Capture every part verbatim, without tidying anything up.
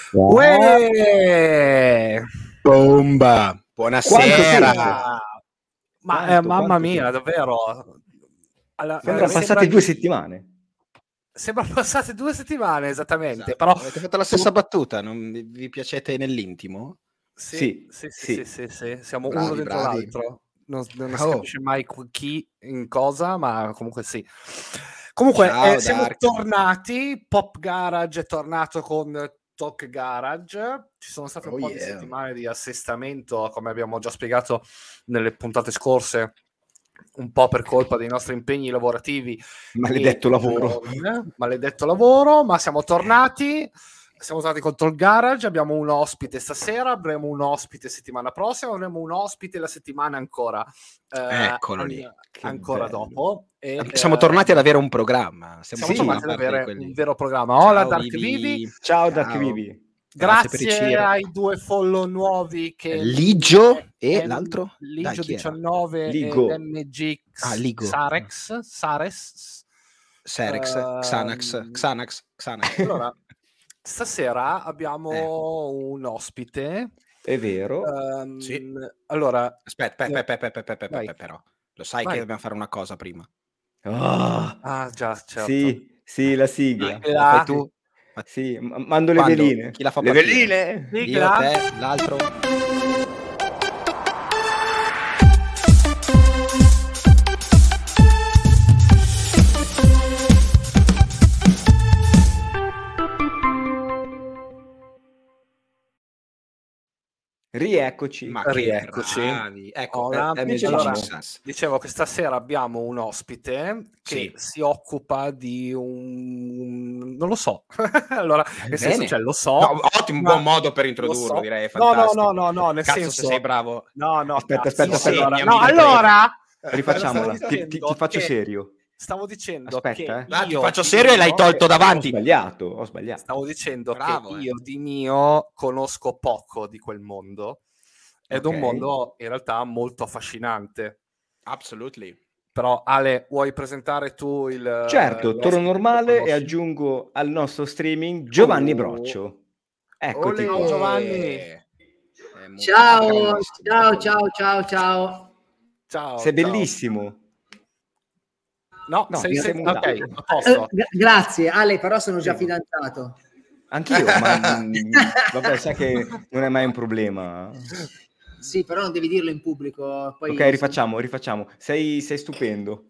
Uè! Bomba! Buonasera! Ma eh, mamma mia, tempo? davvero. Allora, sembra eh, passate sembra... due settimane. Sembra passate due settimane, esattamente. Esatto. Però avete fatto la stessa battuta, non vi, vi piacete nell'intimo? Sì, sì, sì, sì, sì, sì, sì. Siamo bravi, uno dentro bravi. l'altro. Non, non oh. si capisce mai chi in cosa, ma comunque sì. Comunque Ciao, eh, siamo tornati, Pop Garage è tornato con Talk Garage, ci sono state oh, un po' yeah. di settimane di assestamento, come abbiamo già spiegato nelle puntate scorse, un po' per colpa dei nostri impegni lavorativi. Maledetto e, lavoro. Eh, maledetto lavoro, ma siamo tornati. Siamo stati con Talk Garage, abbiamo un ospite stasera, avremo un ospite settimana prossima, avremo un ospite la settimana ancora. Eh, Eccolo lì. An- ancora bello. dopo. E, siamo eh, tornati ad avere un programma. Siamo, siamo sì, tornati ad avere quelli... un vero programma. Hola Ciao, Dark Vivi. Vivi. Ciao, Ciao Dark Vivi. Grazie, Grazie ai due follow nuovi che Ligio e l'altro? Ligio diciannove Ligo. e M G ah, Ligo. Sarex. Sares. Sarex. Uh, Xanax. Xanax. Xanax. Allora, stasera abbiamo eh. un ospite. È vero. Um, sì. Allora, aspetta, aspetta, aspetta, aspetta, aspetta, però. Lo sai Vai. che dobbiamo fare una cosa prima. Oh, ah, già, certo. Sì, sì, la sigla. Dai, la fai tu? Sì, mando le Quando? veline. Chi la fa le partire? veline? Io, te, l'altro. Rieccoci. Ma rieccoci. Bravi. Ecco, Ora, eh, eh, allora, dicevo che stasera abbiamo un ospite che sì. si occupa di un... non lo so. allora, nel Bene. senso, cioè, lo so. No, ottimo, buon modo per introdurlo, so. direi, è fantastico. No, no, no, no, no nel Cazzo, senso... se sei bravo. No, no, aspetta, aspetta, aspetta. Allora, no, allora... Rifacciamola, ti, ti, ti faccio che... serio. Stavo dicendo Aspetta, che eh. io ti faccio serio e l'hai tolto davanti. Ho sbagliato, ho sbagliato. Stavo dicendo Bravo, che eh. io di mio conosco poco di quel mondo ed è okay. un mondo in realtà molto affascinante. Absolutely. Però Ale, vuoi presentare tu il... Certo, torno normale e aggiungo al nostro streaming Giovanni oh. Broccio. Eccoti Ciao qua. Giovanni. Ciao, ciao, ciao, ciao, ciao. Ciao. Sei ciao. bellissimo. No, no sei, sei mutato. Ok, a posto. Uh, grazie, Ale, però sono già sì. fidanzato. Anch'io, ma vabbè, sai che non è mai un problema. Sì, però non devi dirlo in pubblico. Poi ok, rifacciamo, sei... rifacciamo. Sei, sei stupendo.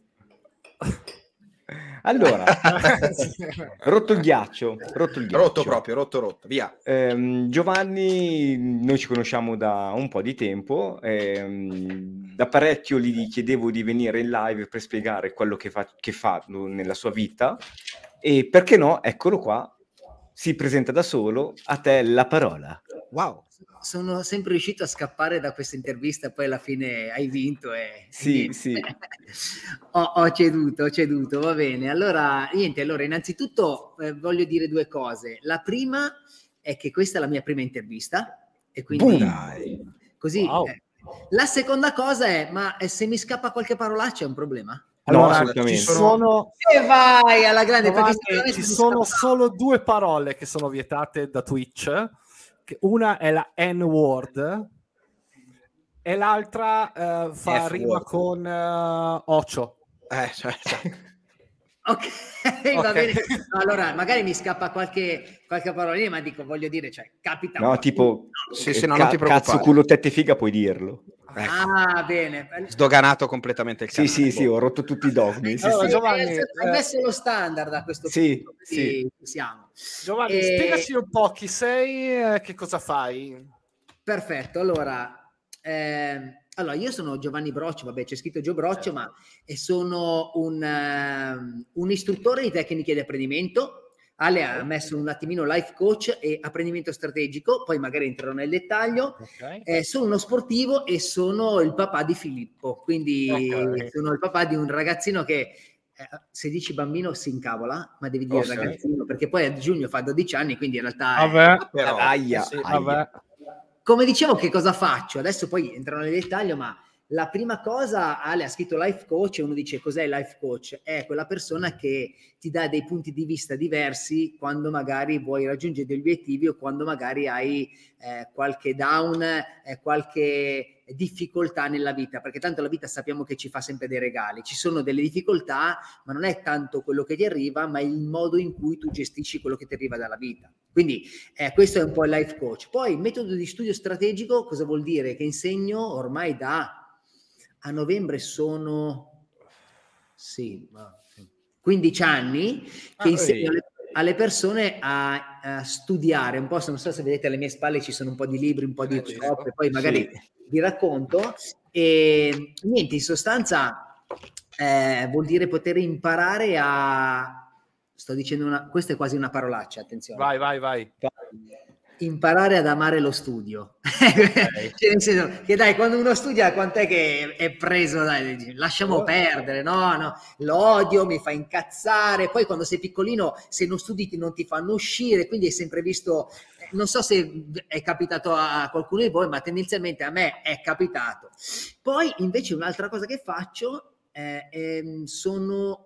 Allora, rotto il ghiaccio, rotto il ghiaccio. Rotto proprio, rotto, rotto, via. Eh, Giovanni, noi ci conosciamo da un po' di tempo, eh, da parecchio gli chiedevo di venire in live per spiegare quello che fa, che fa nella sua vita e perché no, eccolo qua, si presenta da solo, a te la parola. Wow. Sono sempre riuscito a scappare da questa intervista, poi alla fine hai vinto e sì, e sì. ho, ho ceduto, ho ceduto, va bene. Allora, niente, allora innanzitutto eh, voglio dire due cose. La prima è che questa è la mia prima intervista e quindi Boom. così. Wow. Eh. La seconda cosa è, ma eh, se mi scappa qualche parolaccia è un problema? Allora, no, assolutamente. Ci sono... E vai alla grande, Guardate, perché ci sono solo due parole che sono vietate da Twitch. Una è la N-word e l'altra uh, fa F-word. Rima con uh, Ocio. Eh, cioè, cioè. ok, okay. Va bene. No, allora, magari mi scappa qualche, qualche parolina, ma dico, voglio dire, cioè, capita. No, tipo, no, sì, sì, no, ca- non ti preoccupare. Cazzo, culo, tette, figa, puoi dirlo. Ecco. Ah, bene. Sdoganato completamente il canale. Sì, sì, sì, ho rotto tutti i dogmi. Sì, allora, sì. Giovanni, hai eh... messo lo standard a questo sì, punto, sì. siamo. Giovanni, e... spiegaci un po' chi sei e che cosa fai. Perfetto, allora, eh, allora io sono Giovanni Broccio, vabbè c'è scritto Gio Broccio, certo. ma sono un, uh, un istruttore di tecniche di apprendimento. Ale ha messo un attimino life coach e apprendimento strategico, poi magari entrerò nel dettaglio. Okay. Eh, sono uno sportivo e sono il papà di Filippo, quindi okay. sono il papà di un ragazzino che eh, se dici bambino si incavola, ma devi dire okay. ragazzino, perché poi a giugno fa dodici anni, quindi in realtà vabbè, è... però, aia, sì, aia. Come dicevo, che cosa faccio? Adesso poi entrerò nel dettaglio, ma la prima cosa, Ale ha scritto life coach e uno dice cos'è il life coach? È quella persona che ti dà dei punti di vista diversi quando magari vuoi raggiungere degli obiettivi o quando magari hai eh, qualche down, eh, qualche difficoltà nella vita, perché tanto la vita sappiamo che ci fa sempre dei regali, ci sono delle difficoltà, ma non è tanto quello che ti arriva, ma il modo in cui tu gestisci quello che ti arriva dalla vita. Quindi eh, questo è un po' il life coach. Poi il metodo di studio strategico cosa vuol dire? Che insegno ormai da a novembre sono sì, quindici anni che ah, insegno alle, alle persone a, a studiare un po', non so se vedete alle mie spalle ci sono un po' di libri, un po' di copie, poi magari sì. vi racconto e niente, in sostanza eh, vuol dire poter imparare a sto dicendo una, questa è quasi una parolaccia, attenzione. Vai, vai, vai. Imparare ad amare lo studio. Okay. Cioè, nel senso che dai, quando uno studia quant'è che è preso, dai, lasciamo oh. perdere, no, no, l'odio mi fa incazzare, poi quando sei piccolino se non studi non ti fanno uscire, quindi hai sempre visto, non so se è capitato a qualcuno di voi, ma tendenzialmente a me è capitato. Poi invece un'altra cosa che faccio eh, eh, sono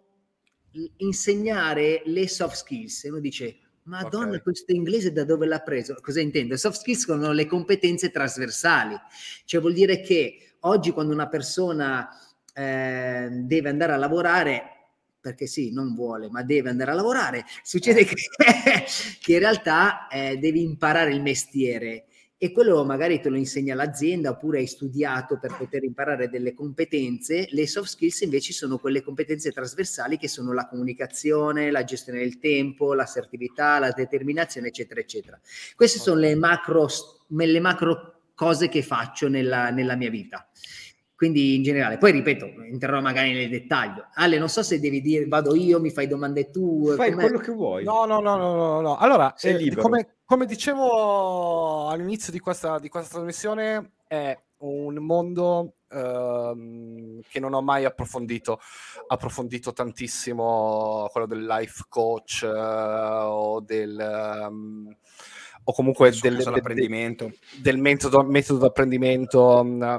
insegnare le soft skills. E uno dice Madonna, okay. questo inglese da dove l'ha preso? Cosa intendo? Soft skills sono le competenze trasversali, cioè vuol dire che oggi quando una persona eh, deve andare a lavorare, perché sì, non vuole, ma deve andare a lavorare, succede che, che in realtà eh, devi imparare il mestiere e quello magari te lo insegna l'azienda oppure hai studiato per poter imparare delle competenze. Le soft skills invece sono quelle competenze trasversali che sono la comunicazione, la gestione del tempo, l'assertività, la determinazione, eccetera, eccetera. Queste sono le macro, le macro cose che faccio nella, nella mia vita. Quindi in generale, poi ripeto, entrerò magari nel dettaglio. Ale, non so se devi dire, vado io, mi fai domande tu. Fai com'è? Quello che vuoi. No, no, no, no, no, no. Allora, eh, come, come dicevo all'inizio di questa, di questa trasmissione, è un mondo ehm, che non ho mai approfondito. Approfondito tantissimo quello del life coach eh, o del... Um, o comunque del, del, del metodo, metodo d'apprendimento.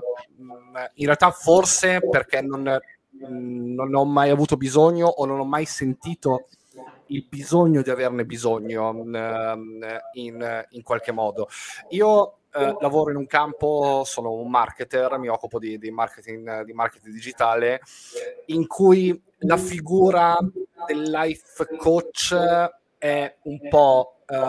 In realtà forse perché non, non ho mai avuto bisogno o non ho mai sentito il bisogno di averne bisogno in, in qualche modo. Io eh, lavoro in un campo, sono un marketer, mi occupo di, di, marketing, di marketing digitale, in cui la figura del life coach è un po'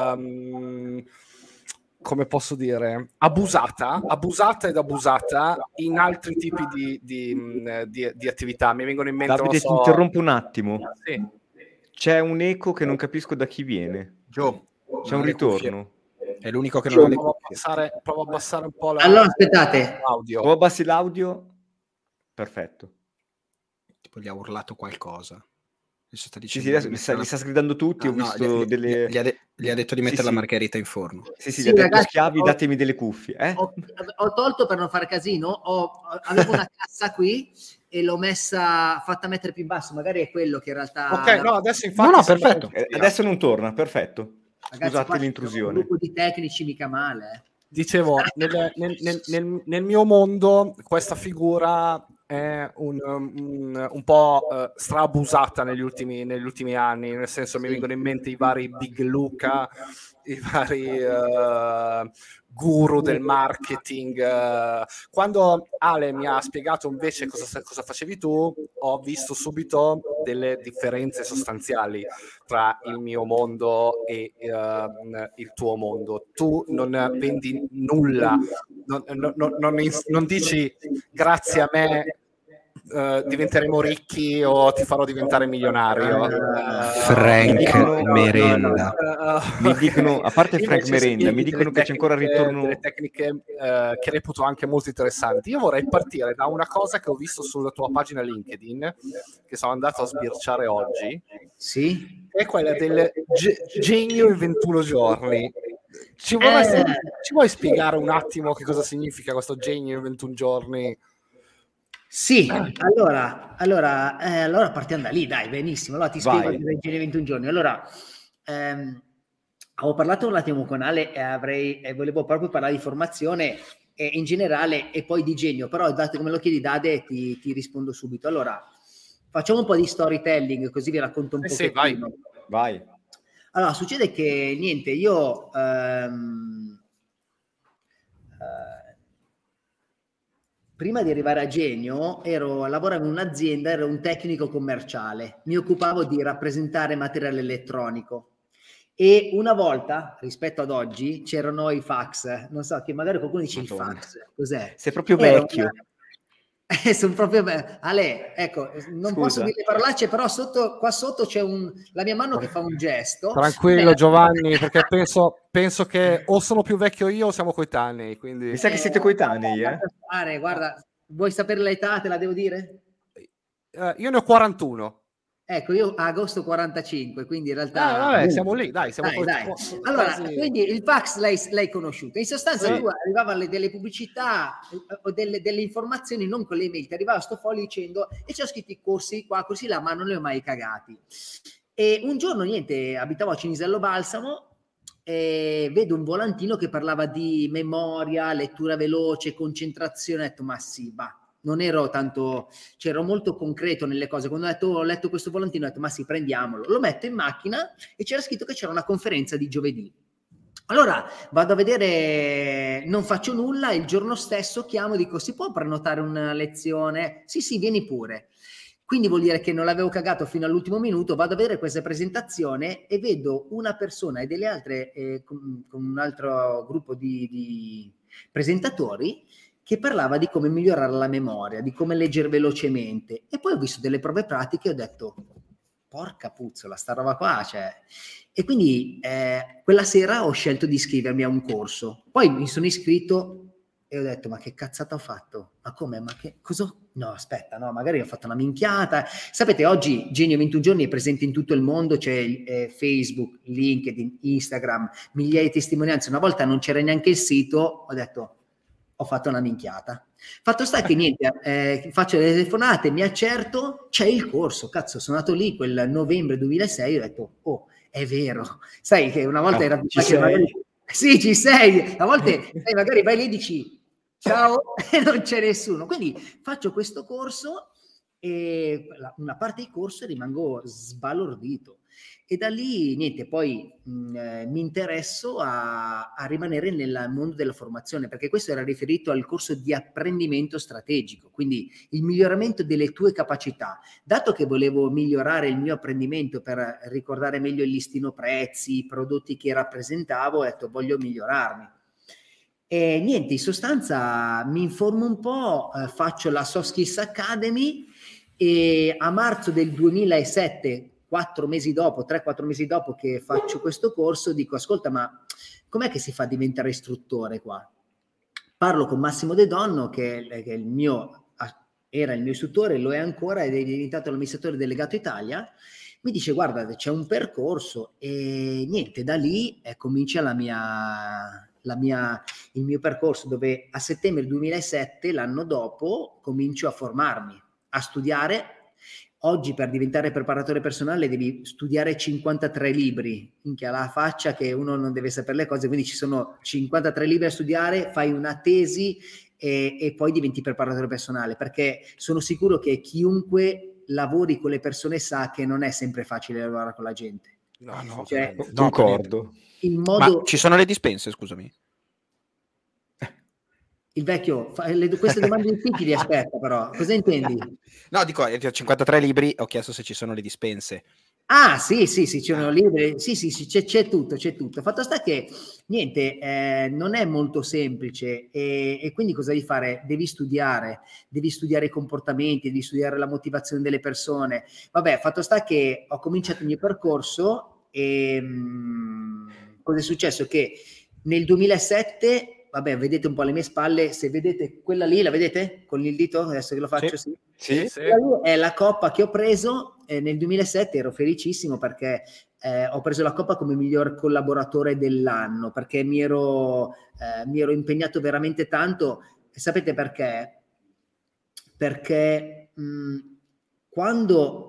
Um, come posso dire, abusata, abusata ed abusata in altri tipi di, di, di, di attività. Mi vengono in mente... Davide, so... ti interrompo un attimo. Sì. C'è un eco che non capisco da chi viene. Gio, c'è un ritorno. È l'unico che non ha le provo a, abbassare, provo a abbassare un po' la... Allora, aspettate. L'audio. O abbassi l'audio? Perfetto. Tipo gli ha urlato qualcosa. Sta sì, sì, li, sta, li sta sgridando tutti, ah, ho no, visto gli, delle... Gli ha, de- gli ha detto di mettere sì, la sì. margherita in forno. Sì, sì, sì, gli ha ragazzi, detto schiavi, ho, datemi delle cuffie. Eh? Ho, ho tolto per non fare casino, ho, avevo una cassa qui e l'ho messa, fatta mettere più in basso, magari è quello che in realtà... Ok, no, adesso infatti... No, no, perfetto, eh, adesso non torna, perfetto. Ragazzi, scusate l'intrusione. Un gruppo di tecnici mica male. Eh. Dicevo, nel, nel, nel, nel, nel mio mondo questa figura... è un, un, un po' uh, strabusata negli ultimi, negli ultimi anni, nel senso mi vengono in mente i vari Big Luca, i vari uh, guru del marketing. Uh, quando Ale mi ha spiegato invece cosa, cosa facevi tu, ho visto subito delle differenze sostanziali tra il mio mondo e uh, il tuo mondo. Tu non vendi nulla, non, non, non, non, non dici grazie a me Uh, diventeremo ricchi o ti farò diventare milionario. Uh, Frank dicono, Merenda. No, no, no. Mi dicono, a parte Frank Merenda, mi dicono che c'è ancora ritorno. Delle tecniche uh, che reputo anche molto interessanti. Io vorrei partire da una cosa che ho visto sulla tua pagina LinkedIn, che sono andato a sbirciare oggi. Sì. È quella del ge- genio in ventuno giorni. Ci, vorresti, eh. ci vuoi spiegare un attimo che cosa significa questo genio in ventuno giorni? Sì, allora, allora, eh, allora partiamo da lì, dai, benissimo. Allora ti Vai. spiego del genio ventuno giorni. Allora, ehm, avevo parlato un attimo con Ale e avrei, e volevo proprio parlare di formazione e in generale, e poi di genio. Però dato che me lo chiedi, Dade, ti, ti rispondo subito. Allora, facciamo un po' di storytelling, così vi racconto un eh pochettino. Sì, vai. vai. Allora, succede che, niente, io... Ehm, eh, prima di arrivare a Genio, ero, lavoravo in un'azienda, ero un tecnico commerciale. Mi occupavo di rappresentare materiale elettronico. E una volta, rispetto ad oggi, c'erano i fax. Non so, che magari qualcuno dice Madonna. Il fax. Cos'è? Sei proprio Era vecchio. Una... Eh, sono proprio be- Ale, ecco, non Scusa. posso dire parolacce, però sotto, qua sotto c'è un, la mia mano che fa un gesto. Tranquillo Beh, Giovanni, perché penso, penso che o sono più vecchio io o siamo coetanei. Quindi... Mi sa che siete coetanei, eh? Guarda, guarda, vuoi sapere l'età, te la devo dire? Uh, io ne ho quarantuno. Ecco, io a agosto quarantacinque, quindi in realtà... Ah, vabbè, siamo lì, dai. Siamo dai, co- dai. co- allora, quasi... quindi il fax l'hai, l'hai conosciuto. In sostanza sì. tu arrivavano delle pubblicità o delle, delle informazioni, non con le email, ti arrivava sto foglio dicendo e c'ho scritto i corsi qua, corsi là, ma non li ho mai cagati. E un giorno, niente, abitavo a Cinisello Balsamo e vedo un volantino che parlava di memoria, lettura veloce, concentrazione, ho detto, ma sì, va. Non ero tanto, cioè ero molto concreto nelle cose. Quando ho, detto, ho letto questo volantino ho detto ma sì, prendiamolo, lo metto in macchina e c'era scritto che c'era una conferenza di giovedì. Allora vado a vedere, non faccio nulla, il giorno stesso chiamo e dico si può prenotare una lezione? Sì sì, vieni pure. Quindi vuol dire che non l'avevo cagato fino all'ultimo minuto, vado a vedere questa presentazione e vedo una persona e delle altre, eh, con, con un altro gruppo di, di presentatori che parlava di come migliorare la memoria, di come leggere velocemente. E poi ho visto delle prove pratiche e ho detto, porca puzzola, sta roba qua, cioè... E quindi eh, quella sera ho scelto di iscrivermi a un corso. Poi mi sono iscritto e ho detto, ma che cazzata ho fatto? Ma come? Ma che cosa? No, aspetta, no, magari ho fatto una minchiata. Sapete, oggi Genio ventuno giorni è presente in tutto il mondo, c'è eh, Facebook, LinkedIn, Instagram, migliaia di testimonianze. Una volta non c'era neanche il sito, ho detto... ho fatto una minchiata. Fatto sta che niente, eh, faccio le telefonate, mi accerto, c'è il corso, cazzo, sono andato lì quel novembre duemilasei, ho detto, oh, è vero, sai che una volta ah, era... Ci sei? Magari, sì, ci sei, a volte sai, magari vai lì e dici, ciao, e non c'è nessuno. Quindi faccio questo corso e una parte di corso rimango sbalordito. E da lì, niente, poi mh, eh, mi interesso a, a rimanere nel mondo della formazione, perché questo era riferito al corso di apprendimento strategico, quindi il miglioramento delle tue capacità. Dato che volevo migliorare il mio apprendimento per ricordare meglio il listino prezzi, i prodotti che rappresentavo, ho detto voglio migliorarmi. E niente, in sostanza mi informo un po', eh, faccio la Soft Skills Academy e a marzo del duemilasette, quattro mesi dopo, tre quattro mesi dopo che faccio questo corso, dico ascolta, ma com'è che si fa a diventare istruttore qua? Parlo con Massimo De Donno che, che è il mio, era il mio istruttore, lo è ancora ed è diventato l'amministratore delegato Italia. Mi dice guarda c'è un percorso e niente, da lì eh, comincia la mia, la mia, il mio percorso dove a settembre duemilasette, l'anno dopo, comincio a formarmi, a studiare. Oggi per diventare preparatore personale devi studiare cinquantatré libri, minchia la faccia che uno non deve sapere le cose, quindi ci sono cinquantatré libri a studiare, fai una tesi e, e poi diventi preparatore personale, perché sono sicuro che chiunque lavori con le persone sa che non è sempre facile lavorare con la gente. No, no, cioè, no concordo. Il modo... Ma ci sono le dispense, scusami. Il vecchio, fa, le, queste domande difficili aspetta però, cosa intendi? No, dico, ho cinquantatré libri, ho chiesto se ci sono le dispense. Ah sì, sì, sì, c'erano libri, sì, sì, sì, c'è, c'è tutto, c'è tutto. Fatto sta che, niente, eh, non è molto semplice e, e quindi cosa devi fare? Devi studiare, devi studiare i comportamenti, devi studiare la motivazione delle persone. Vabbè, fatto sta che ho cominciato il mio percorso e mh, cosa è successo? Che nel duemilasette... Vabbè, vedete un po' alle mie spalle, se vedete quella lì, la vedete? Con il dito, adesso che lo faccio, sì. Sì, sì. sì. È la coppa che ho preso eh, nel duemilasette, ero felicissimo perché eh, ho preso la coppa come miglior collaboratore dell'anno, perché mi ero, eh, mi ero impegnato veramente tanto. E sapete perché? Perché mh, quando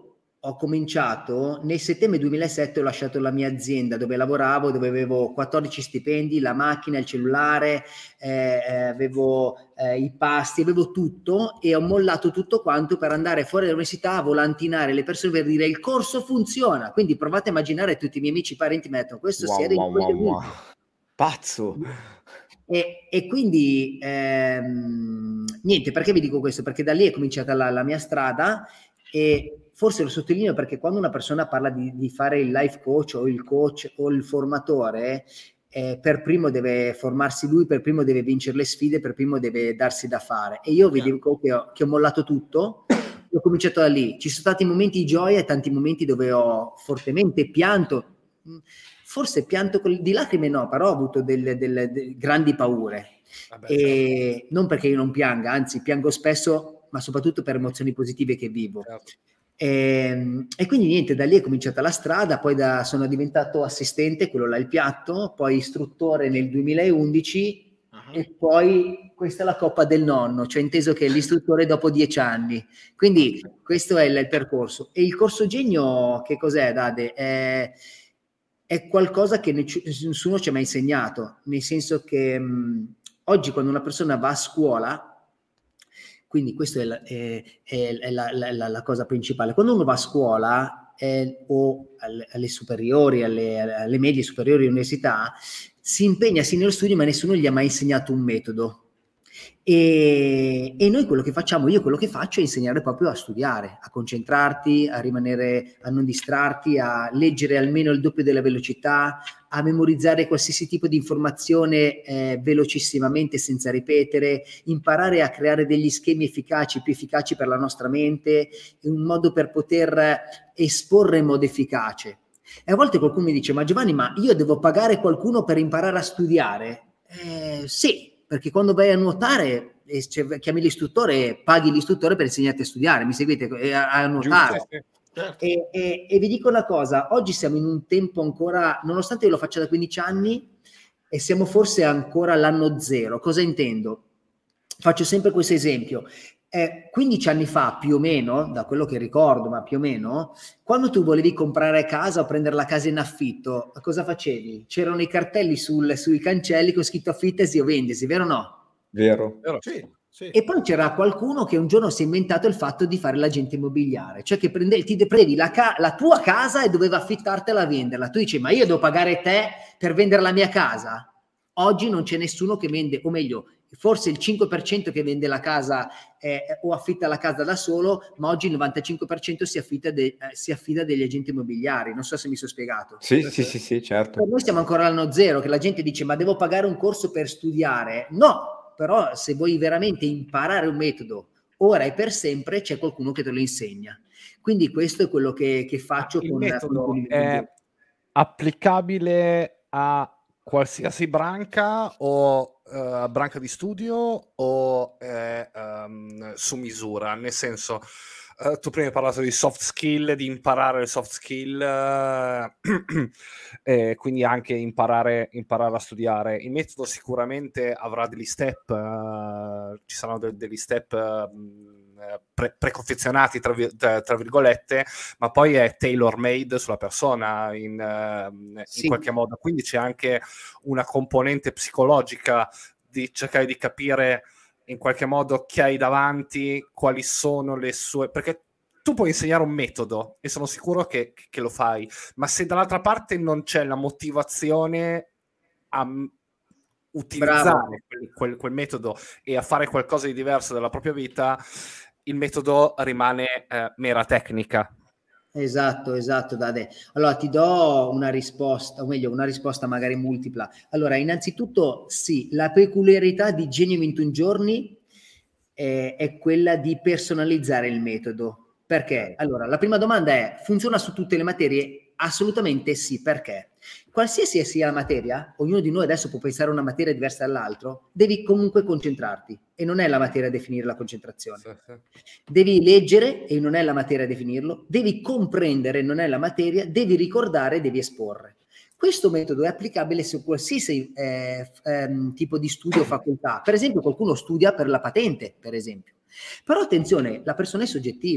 ho cominciato nel settembre duemilasette, ho lasciato la mia azienda dove lavoravo, dove avevo quattordici stipendi, la macchina, il cellulare, eh, eh, avevo eh, i pasti, avevo tutto, e ho mollato tutto quanto per andare fuori dall'università a volantinare le persone per dire il corso funziona. Quindi provate a immaginare, tutti i miei amici, parenti mi mettono questo wow, si era wow, in wow, wow. Pazzo. E, e quindi ehm, niente, perché vi dico questo? Perché da lì è cominciata la, la mia strada, e forse lo sottolineo perché quando una persona parla di, di fare il life coach o il coach o il formatore, eh, per primo deve formarsi lui, per primo deve vincere le sfide, per primo deve darsi da fare. E io vi dico che ho, che ho mollato tutto, ho cominciato da lì. Ci sono stati momenti di gioia e tanti momenti dove ho fortemente pianto, forse pianto di lacrime no, però ho avuto delle, delle, delle grandi paure. Vabbè, e certo. Non perché io non pianga, anzi piango spesso, ma soprattutto per emozioni positive che vivo. Certo. E, e quindi niente, da lì è cominciata la strada, poi da, sono diventato assistente, quello là il piatto, poi istruttore nel duemilaundici, uh-huh. E poi questa è la coppa del nonno, cioè inteso che è l'istruttore dopo dieci anni. Quindi questo è il, il percorso. E il corso Genio che cos'è, Dade? È, è qualcosa che nessuno ci ha mai insegnato, nel senso che mh, oggi quando una persona va a scuola, quindi questa è, la, è, è la, la, la cosa principale, quando uno va a scuola eh, o alle, alle superiori, alle, alle medie superiori, all'università, si impegna sì nello studio, ma nessuno gli ha mai insegnato un metodo. E, e noi quello che facciamo, io quello che faccio è insegnare proprio a studiare, a concentrarti, a rimanere, a non distrarti, a leggere almeno il doppio della velocità, a memorizzare qualsiasi tipo di informazione eh, velocissimamente senza ripetere, imparare a creare degli schemi efficaci, più efficaci per la nostra mente, un modo per poter esporre in modo efficace. E a volte qualcuno mi dice: ma Giovanni, ma io devo pagare qualcuno per imparare a studiare? Eh, sì. Perché quando vai a nuotare e cioè, chiami l'istruttore, paghi l'istruttore per insegnarti a studiare, mi seguite? A, a nuotare. Giusto, certo. e, e, e vi dico una cosa, oggi siamo in un tempo ancora, nonostante io lo faccia da quindici anni, e siamo forse ancora all'anno zero. Cosa intendo? Faccio sempre questo esempio. Eh, quindici anni fa, più o meno, da quello che ricordo, ma più o meno, quando tu volevi comprare casa o prendere la casa in affitto, cosa facevi? C'erano i cartelli sul, sui cancelli con scritto affittasi o vendesi, vero o no? Vero. Vero. Sì, sì. E poi c'era qualcuno che un giorno si è inventato il fatto di fare l'agente immobiliare, cioè che prende, ti prendevi la, ca- la tua casa e doveva affittartela a venderla. Tu dici: ma io devo pagare te per vendere la mia casa? Oggi non c'è nessuno che vende, o meglio, forse il cinque per cento che vende la casa eh, o affitta la casa da solo, ma oggi il novantacinque per cento si affida, de, eh, si affida degli agenti immobiliari. Non so se mi sono spiegato. Sì, sì, sì, sì, certo. Per noi siamo ancora all'anno zero, che la gente dice: ma devo pagare un corso per studiare? No, però se vuoi veramente imparare un metodo ora e per sempre, c'è qualcuno che te lo insegna. Quindi questo è quello che, che faccio. Il con metodo con è applicabile a qualsiasi branca o uh, branca di studio o è um, su misura, nel senso uh, tu prima hai parlato di soft skill, di imparare le soft skill uh, e quindi anche imparare, imparare a studiare. Il metodo sicuramente avrà degli step, uh, ci saranno de- degli step uh, Pre- preconfezionati tra, tra, tra virgolette, ma poi è tailor made sulla persona in, uh, sì. in qualche modo, quindi c'è anche una componente psicologica di cercare di capire in qualche modo chi hai davanti, quali sono le sue, perché tu puoi insegnare un metodo e sono sicuro che, che lo fai, ma se dall'altra parte non c'è la motivazione a utilizzare quel, quel, quel metodo e a fare qualcosa di diverso dalla propria vita, il metodo rimane eh, mera tecnica. Esatto, esatto, Dade. Allora ti do una risposta, o meglio, una risposta magari multipla. Allora, innanzitutto, sì, la peculiarità di Genio ventuno giorni è, è quella di personalizzare il metodo. Perché? Allora, la prima domanda è: funziona su tutte le materie? Assolutamente sì. Perché? Qualsiasi sia la materia, ognuno di noi adesso può pensare a una materia diversa dall'altro, devi comunque concentrarti e non è la materia a definire la concentrazione. Sì, sì. Devi leggere e non è la materia a definirlo, devi comprendere, non è la materia, devi ricordare, devi esporre. Questo metodo è applicabile su qualsiasi eh, ehm, tipo di studio o facoltà. Per esempio, qualcuno studia per la patente, per esempio. Però attenzione, la persona è soggettiva.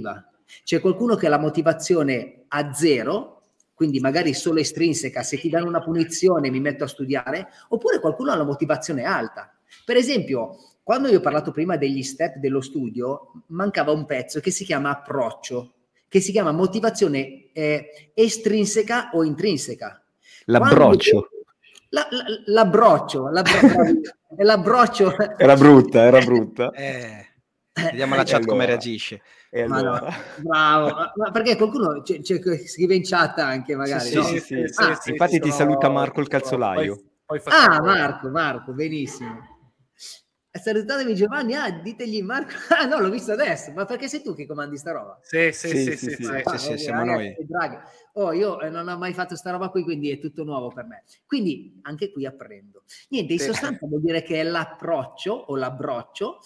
C'è qualcuno che ha la motivazione a zero, quindi magari solo estrinseca, se ti danno una punizione mi metto a studiare, oppure qualcuno ha la motivazione alta. Per esempio, quando io ho parlato prima degli step dello studio, mancava un pezzo che si chiama approccio, che si chiama motivazione eh, estrinseca o intrinseca. L'abbroccio. La, la, l'abbroccio, l'abbroccio, l'abbroccio. Era brutta, era brutta. Eh, vediamo la chat allora, come reagisce. E allora. Ma no, bravo, ma, ma perché qualcuno c'è, c'è, scrive in chat anche magari. Sì, no? sì, sì, ah, sì, sì, infatti sì, ti sono... saluta Marco il calzolaio. Poi, poi ah, Marco, Marco, benissimo. Salutatemi Giovanni, ah, ditegli Marco, ah no, l'ho visto adesso, ma perché sei tu che comandi sta roba? Sì, sì, sì, sì, sì, sì, sì, sì, sì, siamo noi. Oh, io eh, non ho mai fatto sta roba qui, quindi è tutto nuovo per me. Quindi anche qui apprendo. Niente, in sostanza vuol dire che è l'approccio o l'abbroccio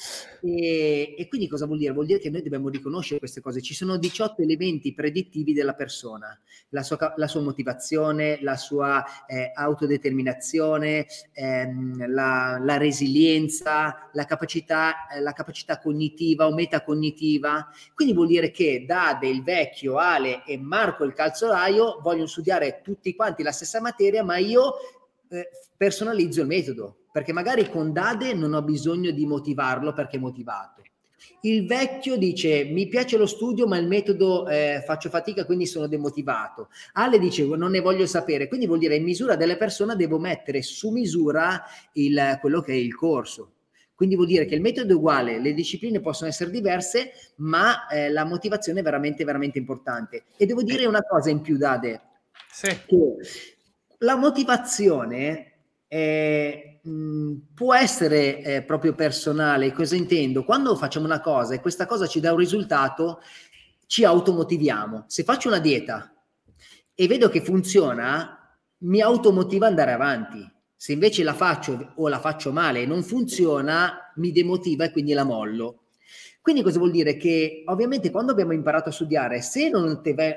e, e quindi cosa vuol dire? Vuol dire che noi dobbiamo riconoscere queste cose. Ci sono diciotto elementi predittivi della persona, la sua, la sua motivazione, la sua eh, autodeterminazione, ehm, la, la resilienza, la capacità, eh, la capacità cognitiva o metacognitiva. Quindi vuol dire che Dade, il vecchio, Ale e Marco il calzolaio vogliono studiare tutti quanti la stessa materia, ma io eh, personalizzo il metodo, perché magari con Dade non ho bisogno di motivarlo perché è motivato. Il vecchio dice mi piace lo studio ma il metodo eh, faccio fatica quindi sono demotivato. Ale dice non ne voglio sapere, quindi vuol dire in misura delle persone devo mettere su misura il, quello che è il corso. Quindi vuol dire che il metodo è uguale, le discipline possono essere diverse, ma eh, la motivazione è veramente, veramente importante. E devo dire una cosa in più, Dade. Sì. Che la motivazione eh, mh, può essere eh, proprio personale. Cosa intendo? Quando facciamo una cosa e questa cosa ci dà un risultato, ci automotiviamo. Se faccio una dieta e vedo che funziona, mi automotiva ad andare avanti. Se invece la faccio o la faccio male e non funziona, mi demotiva e quindi la mollo. Quindi cosa vuol dire? Che ovviamente quando abbiamo imparato a studiare, se non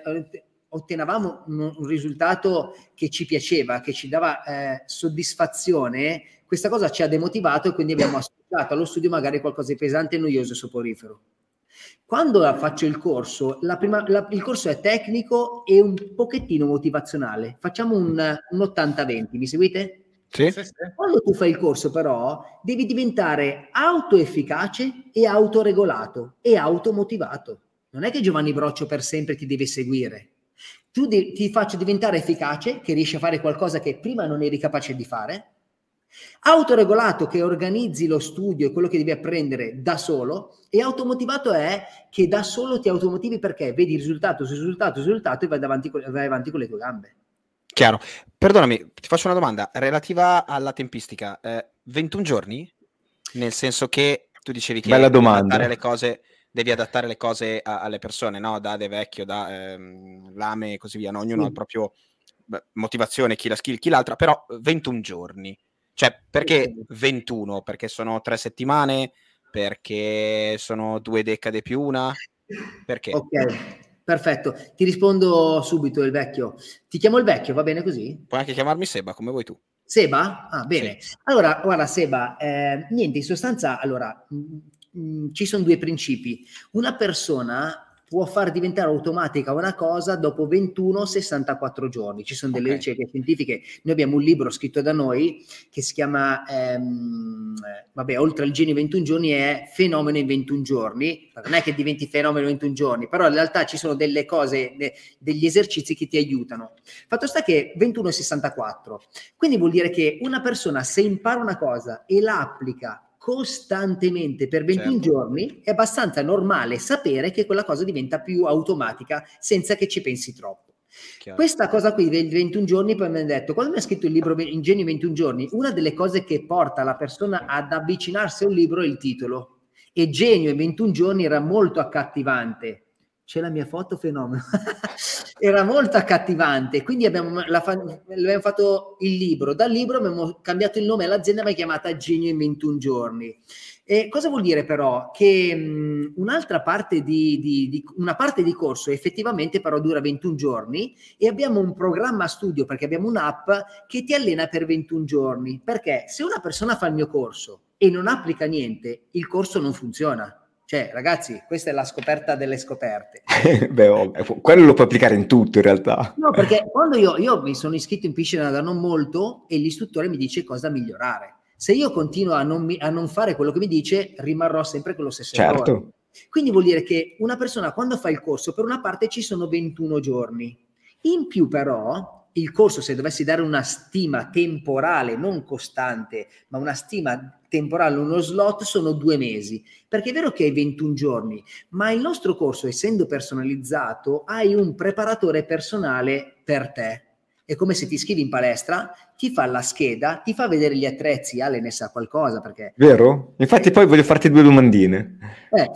ottenevamo un risultato che ci piaceva, che ci dava eh, soddisfazione, questa cosa ci ha demotivato e quindi abbiamo associato allo studio magari qualcosa di pesante, noioso e soporifero. Quando faccio il corso, la prima, la, il corso è tecnico e un pochettino motivazionale. Facciamo un, un ottanta venti, mi seguite? Sì. Quando tu fai il corso però devi diventare autoefficace e autoregolato e automotivato. Non è che Giovanni Broccio per sempre ti deve seguire. Tu di, ti faccio diventare efficace, che riesci a fare qualcosa che prima non eri capace di fare, autoregolato che organizzi lo studio e quello che devi apprendere da solo, e automotivato è che da solo ti automotivi perché vedi risultato su risultato su risultato e vai avanti, vai avanti con le tue gambe. Chiaro. Perdonami, ti faccio una domanda relativa alla tempistica. Eh, ventuno giorni? Nel senso che tu dicevi che Bella devi domanda. adattare le cose, devi adattare le cose a, alle persone, no? Da De Vecchio, da ehm, Lame e così via. No? Ognuno sì. ha il proprio beh, motivazione, chi la skill, chi l'altra, però ventuno giorni. Cioè, perché ventuno? Perché sono tre settimane? Perché sono due decade più una? Perché? Ok. Perfetto, ti rispondo subito il vecchio. Ti chiamo il vecchio, va bene così? Puoi anche chiamarmi Seba, come vuoi tu. Seba? Ah, bene. Sì. Allora, guarda Seba, eh, niente, in sostanza, allora, mh, mh, ci sono due principi. Una persona può far diventare automatica una cosa dopo ventuno sessantaquattro giorni. Ci sono delle okay. ricerche scientifiche. Noi abbiamo un libro scritto da noi che si chiama, ehm, vabbè, oltre al genio ventuno giorni è fenomeno in ventuno giorni. Non è che diventi fenomeno in ventuno giorni, però in realtà ci sono delle cose, de, degli esercizi che ti aiutano. Fatto sta che ventuno sessantaquattro. Quindi vuol dire che una persona se impara una cosa e la applica costantemente per ventuno certo. giorni, è abbastanza normale sapere che quella cosa diventa più automatica senza che ci pensi troppo. Chiaro. Questa cosa qui dei ventuno giorni, poi mi hanno detto, quando mi ha scritto il libro Ingegno ventuno giorni, una delle cose che porta la persona ad avvicinarsi a un libro è il titolo, e Genio in ventuno giorni era molto accattivante. C'è la mia foto, fenomeno. Era molto accattivante, quindi abbiamo, la fa, abbiamo fatto il libro. Dal libro abbiamo cambiato il nome all'azienda, ma è chiamata Genio in ventuno giorni. E cosa vuol dire però? Che mh, un'altra parte di, di, di una parte di corso effettivamente però dura ventuno giorni, e abbiamo un programma studio, perché abbiamo un'app che ti allena per ventuno giorni. Perché se una persona fa il mio corso e non applica niente, il corso non funziona. Cioè, ragazzi, questa è la scoperta delle scoperte. Beh, oh, quello lo puoi applicare in tutto, in realtà. No, perché quando io, io mi sono iscritto in piscina da non molto e l'istruttore mi dice cosa migliorare. Se io continuo a non, mi, a non fare quello che mi dice, rimarrò sempre con lo stesso certo. errore. Quindi vuol dire che una persona, quando fa il corso, per una parte ci sono ventuno giorni. In più, però, il corso, se dovessi dare una stima temporale, non costante, ma una stima temporale, uno slot, sono due mesi. Perché è vero che hai ventuno giorni, ma il nostro corso, essendo personalizzato, hai un preparatore personale per te. È come se ti iscrivi in palestra, ti fa la scheda, ti fa vedere gli attrezzi, Ale ne sa qualcosa perché... Vero? Infatti eh, poi voglio farti due domandine. Eh,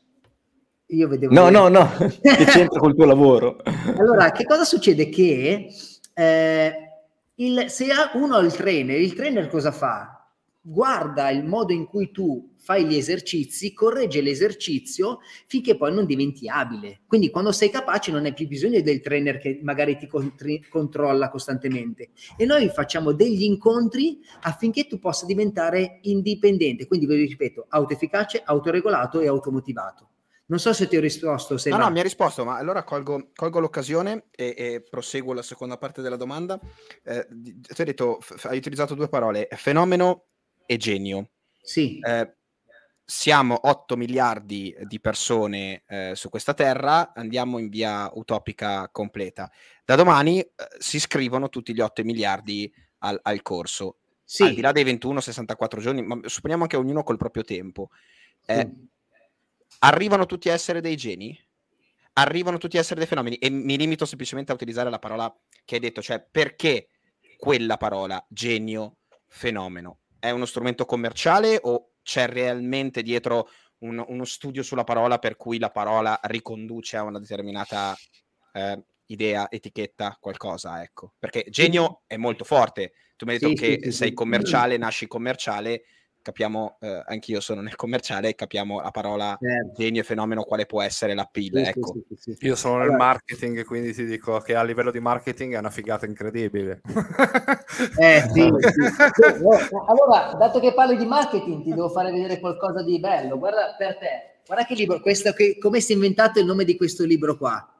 io vedevo... No, no, no, che c'entra col tuo lavoro? Allora, che cosa succede? Che eh, il, se uno ha il trainer, il trainer cosa fa? Guarda il modo in cui tu fai gli esercizi, corregge l'esercizio finché poi non diventi abile. Quindi quando sei capace non hai più bisogno del trainer che magari ti contri- controlla costantemente. E noi facciamo degli incontri affinché tu possa diventare indipendente. Quindi vi ripeto, autoefficace, autoregolato e automotivato. Non so se ti ho risposto. Se no, va. no, mi ha risposto, ma allora colgo, colgo l'occasione e, e proseguo la seconda parte della domanda. Eh, tu hai detto, f- hai utilizzato due parole, fenomeno e genio. Sì. Eh, siamo otto miliardi di persone eh, su questa terra, andiamo in via utopica completa. Da domani eh, si iscrivono tutti gli otto miliardi al, al corso. Sì. Al di là dei ventuno sessantaquattro giorni, ma supponiamo che ognuno col proprio tempo. Eh, sì. Arrivano tutti a essere dei geni? Arrivano tutti a essere dei fenomeni? E mi limito semplicemente a utilizzare la parola che hai detto, cioè perché quella parola, genio, fenomeno? È uno strumento commerciale o c'è realmente dietro un, uno studio sulla parola per cui la parola riconduce a una determinata eh, idea, etichetta, qualcosa, ecco? Perché genio è molto forte. Tu mi hai detto sì, che sì, sei sì, commerciale, sì. Nasci commerciale, capiamo, eh, anch'io sono nel commerciale, capiamo la parola certo. genio e fenomeno quale può essere l'appeal, sì, ecco. Sì, sì, sì. Io sono allora, nel marketing, quindi ti dico che a livello di marketing è una figata incredibile. Eh sì, sì. Allora, dato che parli di marketing, ti devo fare vedere qualcosa di bello. Guarda per te, guarda che libro, questo, che, come si è inventato il nome di questo libro qua?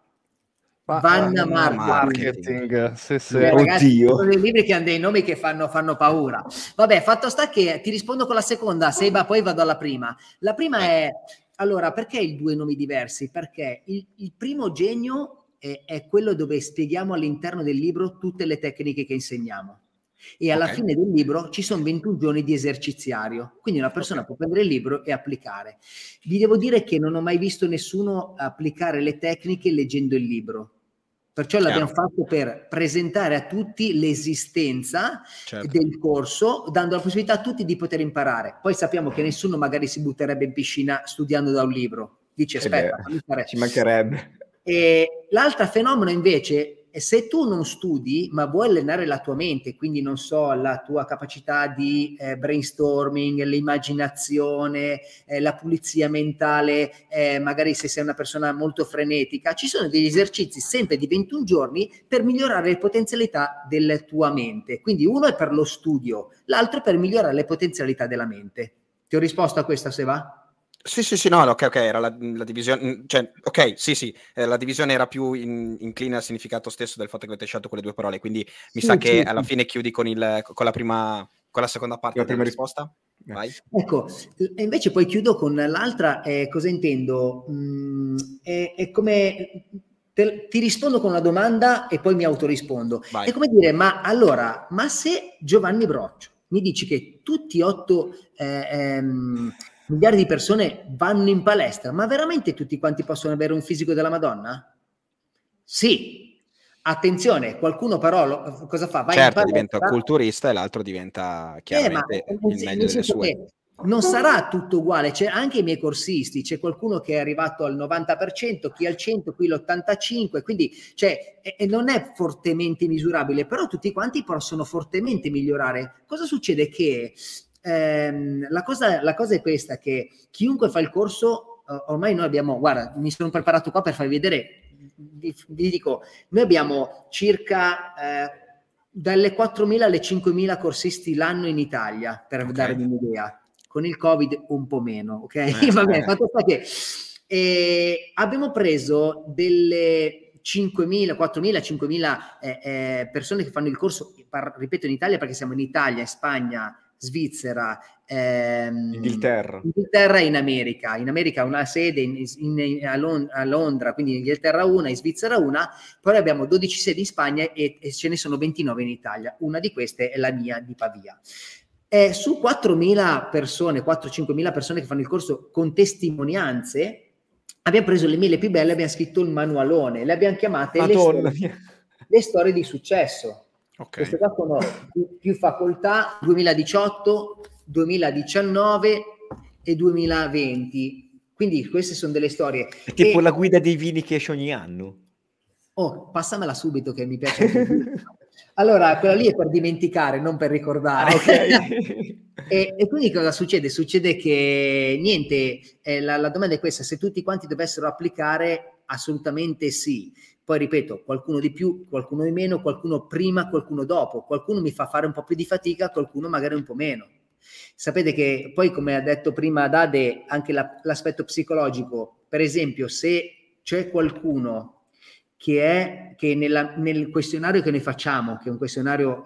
Vanna Marketing, marketing. Sì, sì. Beh, ragazzi, sono dei libri che hanno dei nomi che fanno, fanno paura. Vabbè, fatto sta che ti rispondo con la seconda, Seba, poi vado alla prima. La prima è, allora, perché i due nomi diversi? Perché il, il primo genio è, è quello dove spieghiamo all'interno del libro tutte le tecniche che insegniamo. E alla okay. fine del libro ci sono ventuno giorni di eserciziario, quindi una persona okay. può prendere il libro e applicare. Vi devo dire che non ho mai visto nessuno applicare le tecniche leggendo il libro. Perciò Chiaro. L'abbiamo fatto per presentare a tutti l'esistenza certo. del corso, dando la possibilità a tutti di poter imparare. Poi sappiamo che nessuno magari si butterebbe in piscina studiando da un libro. Dice, aspetta, beh, ci mancherebbe. E l'altro fenomeno invece è se tu non studi, ma vuoi allenare la tua mente, quindi non so, la tua capacità di eh, brainstorming, l'immaginazione, eh, la pulizia mentale, eh, magari se sei una persona molto frenetica, ci sono degli esercizi sempre di ventuno giorni per migliorare le potenzialità della tua mente. Quindi uno è per lo studio, l'altro è per migliorare le potenzialità della mente. Ti ho risposto a questa, se va? Sì, sì, sì, no, ok, ok, era la, la divisione, cioè, ok, sì, sì, eh, la divisione era più in, incline al significato stesso del fatto che avete scelto quelle due parole, quindi mi sì, sa che sì, alla sì. fine chiudi con, il, con la prima, con la seconda parte la della prima risposta. Vai. Ecco, e invece poi chiudo con l'altra, eh, cosa intendo? Mm, è, è come, te, ti rispondo con una domanda e poi mi autorispondo. Vai. È come dire, ma allora, ma se Giovanni Broccio mi dici che tutti otto... Eh, ehm, miliardi di persone vanno in palestra, ma veramente tutti quanti possono avere un fisico della Madonna? Sì. Attenzione, qualcuno però lo, cosa fa? Va certo, in diventa culturista e l'altro diventa chiaramente eh, ma, il meglio delle sue. Non sarà tutto uguale, c'è anche i miei corsisti, c'è qualcuno che è arrivato al novanta per cento, chi al cento, qui l'ottantacinque per cento, quindi cioè, e, e non è fortemente misurabile, però tutti quanti possono fortemente migliorare. Cosa succede? Che ehm, la, cosa, la cosa è questa, che chiunque fa il corso, eh, ormai noi abbiamo, guarda, mi sono preparato qua per farvi vedere, vi, vi dico, noi abbiamo circa... Eh, dalle quattromila alle cinquemila corsisti l'anno in Italia, per okay. darvi un'idea. con il Covid un po' meno, ok? Eh, Va bene, fatto sta che eh, abbiamo preso delle cinquemila, quattromila, cinquemila eh, eh, persone che fanno il corso, par, ripeto in Italia perché siamo in Italia, in Spagna, Svizzera, ehm, Inghilterra. Inghilterra e in America. In America una sede in, in, a, Lond- a Londra, quindi in Inghilterra una, in Svizzera una, poi abbiamo dodici sedi in Spagna e, e ce ne sono ventinove in Italia. Una di queste è la mia di Pavia. Eh, su quattromila persone, quattro-cinquemila persone che fanno il corso con testimonianze, abbiamo preso le mille più belle, abbiamo scritto il manualone, le abbiamo chiamate le storie, le storie di successo. Okay. Queste qua sono più, più facoltà duemiladiciotto, duemiladiciannove e duemilaventi. Quindi queste sono delle storie. È tipo e... la guida dei vini che esce ogni anno. Oh, passamela subito che mi piace. Allora, quella lì è per dimenticare, non per ricordare. Okay. e, e quindi cosa succede? Succede che niente, eh, la, la domanda è questa: se tutti quanti dovessero applicare, assolutamente sì. Poi ripeto, qualcuno di più, qualcuno di meno, qualcuno prima, qualcuno dopo, qualcuno mi fa fare un po' più di fatica, qualcuno magari un po' meno. Sapete che poi, come ha detto prima Dade, anche la, l'aspetto psicologico, per esempio, se c'è qualcuno che è che nella, nel questionario che noi facciamo, che è un questionario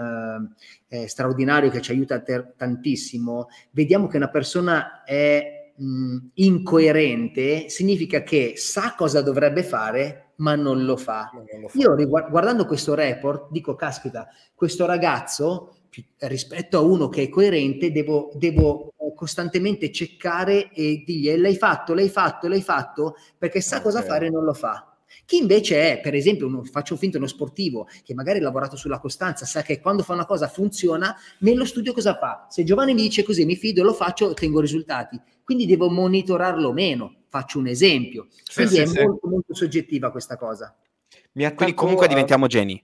eh, eh, straordinario che ci aiuta ter- tantissimo, vediamo che una persona è mh, incoerente, significa che sa cosa dovrebbe fare ma non lo fa. Non lo fa. Io riguard- guardando questo report dico, caspita, questo ragazzo rispetto a uno che è coerente devo, devo costantemente ceccare e dirgli l'hai fatto, l'hai fatto, l'hai fatto, perché sa okay. cosa fare e non lo fa. Chi invece è, per esempio, uno, faccio finta uno sportivo che magari ha lavorato sulla costanza, sa che quando fa una cosa funziona, nello studio cosa fa? Se Giovanni mi dice così, mi fido, lo faccio, ottengo risultati. Quindi devo monitorarlo meno. Faccio un esempio. Sì, Quindi sì, è sì. molto, molto soggettiva questa cosa. Mi Quindi comunque a... diventiamo geni.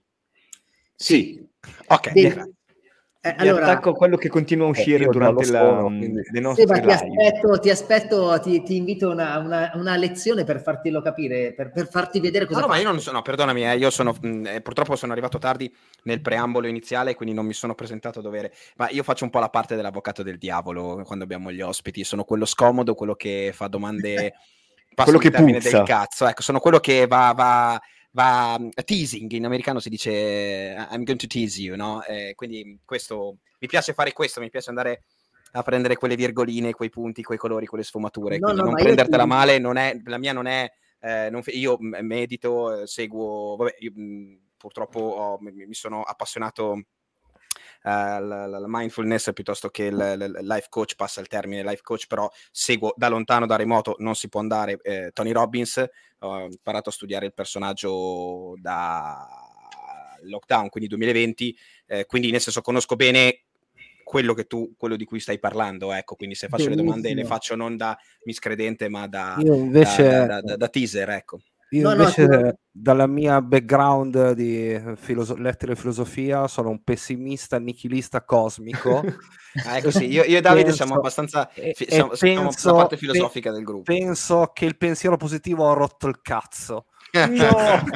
Sì. sì. Ok. Devi... Eh, Mi allora, attacco a quello che continua a uscire eh, durante la, sono, le nostre sì, live. Ti aspetto, ti, aspetto ti, ti invito a una, una, una lezione per fartelo capire, per, per farti vedere cosa no, no, fai. ma io non sono, perdonami, eh, io sono, mh, purtroppo sono arrivato tardi nel preambolo iniziale, quindi non mi sono presentato a dovere, ma io faccio un po' la parte dell'avvocato del diavolo quando abbiamo gli ospiti, sono quello scomodo, quello che fa domande, quello che termine puzza. del cazzo, ecco, sono quello che va... va va teasing, in americano si dice I'm going to tease you, no? Eh, quindi questo, mi piace fare questo, mi piace andare a prendere quelle virgoline, quei punti, quei colori, quelle sfumature, no, quindi no, non prendertela ti... male, non è, la mia non è, eh, non, io medito, seguo, vabbè, io, mh, purtroppo ho, mi, mi sono appassionato Uh, la, la mindfulness piuttosto che il, il life coach, passa il termine life coach, però seguo da lontano, da remoto, non si può andare, eh, Tony Robbins, ho imparato a studiare il personaggio da lockdown, quindi duemilaventi, eh, quindi nel senso conosco bene quello che tu, quello di cui stai parlando, ecco, quindi se faccio Benissimo. le domande le faccio non da miscredente ma da, Io invece... da, da, da, da teaser, ecco. Io no, invece no, dalla mia background di filoso- lettere e filosofia sono un pessimista nichilista cosmico. Ah, ecco sì, io, io e Davide penso, siamo abbastanza e, fi- siamo, e siamo penso, la parte filosofica pe- del gruppo. Penso che il pensiero positivo ha rotto il cazzo. No.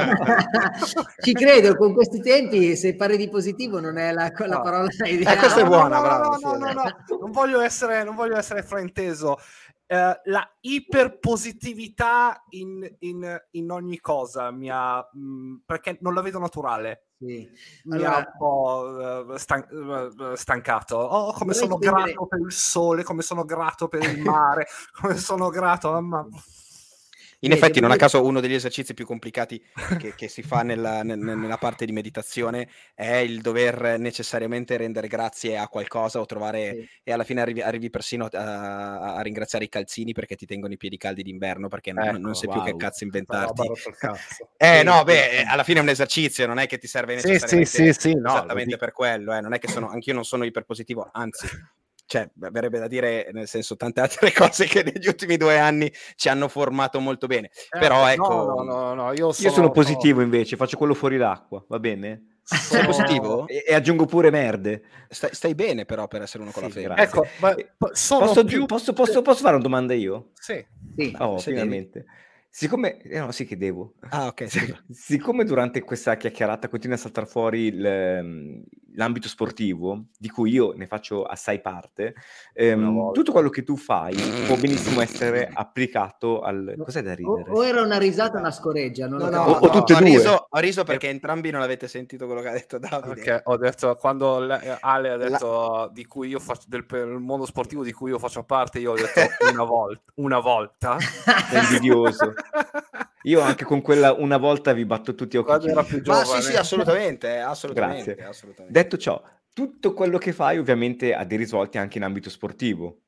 Ci credo, con questi tempi se parli di positivo non è la, la parola ideale. Eh, questa è buona, no, bravo. No, no, no, no, no. Non voglio essere, non voglio essere frainteso. Uh, la iperpositività in, in, in ogni cosa mi ha, mh, perché non la vedo naturale. Sì. Mi allora, ha un po' uh, stan- uh, stancato. Oh, come sono spendere... grato per il sole, come sono grato per il mare, come sono grato. Mamma. In Beh, effetti, non a caso, uno degli esercizi più complicati che, che si fa nella, nella parte di meditazione è il dover necessariamente rendere grazie a qualcosa o trovare, sì. e alla fine arrivi, arrivi persino a, a ringraziare i calzini perché ti tengono i piedi caldi d'inverno, perché ecco, non, non sai wow. più che cazzo inventarti. Cazzo. Eh sì, no, beh, alla fine è un esercizio, non è che ti serve necessariamente sì, sì, sì, sì, esattamente no, per quello, eh. Non è che sono, anch'io non sono iperpositivo, anzi... Cioè, verrebbe da dire, nel senso, tante altre cose che negli ultimi due anni ci hanno formato molto bene. Eh, Però ecco... No, no, no, no io, sono, io sono positivo invece, faccio quello fuori l'acqua, va bene? Sei positivo? E, e aggiungo pure merde. Stai, stai bene però per essere uno con sì, la fede. Ecco, ma sono posso, più... posso, posso, posso fare una domanda io? Sì. sì. Oh, finalmente. Devi. Siccome... Eh, no, sì che devo. Ah, ok. Sì. Siccome durante questa chiacchierata continua a saltare fuori il, l'ambito sportivo, di cui io ne faccio assai parte, ehm, tutto quello che tu fai può benissimo essere applicato al... Cos'è da ridere? O, o era una risata o una scoreggia? Non no, lo no, o, o tutte ho e due. Riso, ho riso perché entrambi non avete sentito quello che ha detto Davide. Perché ho detto, quando Ale ha detto La... di cui io faccio del, del mondo sportivo di cui io faccio parte, io ho detto una volta, una volta. È invidioso. Io anche con quella una volta vi batto tutti a occhi Quando era più giovane. Ma sì, sì, assolutamente, assolutamente, Grazie. assolutamente. Detto ciò, tutto quello che fai ovviamente ha dei risvolti anche in ambito sportivo.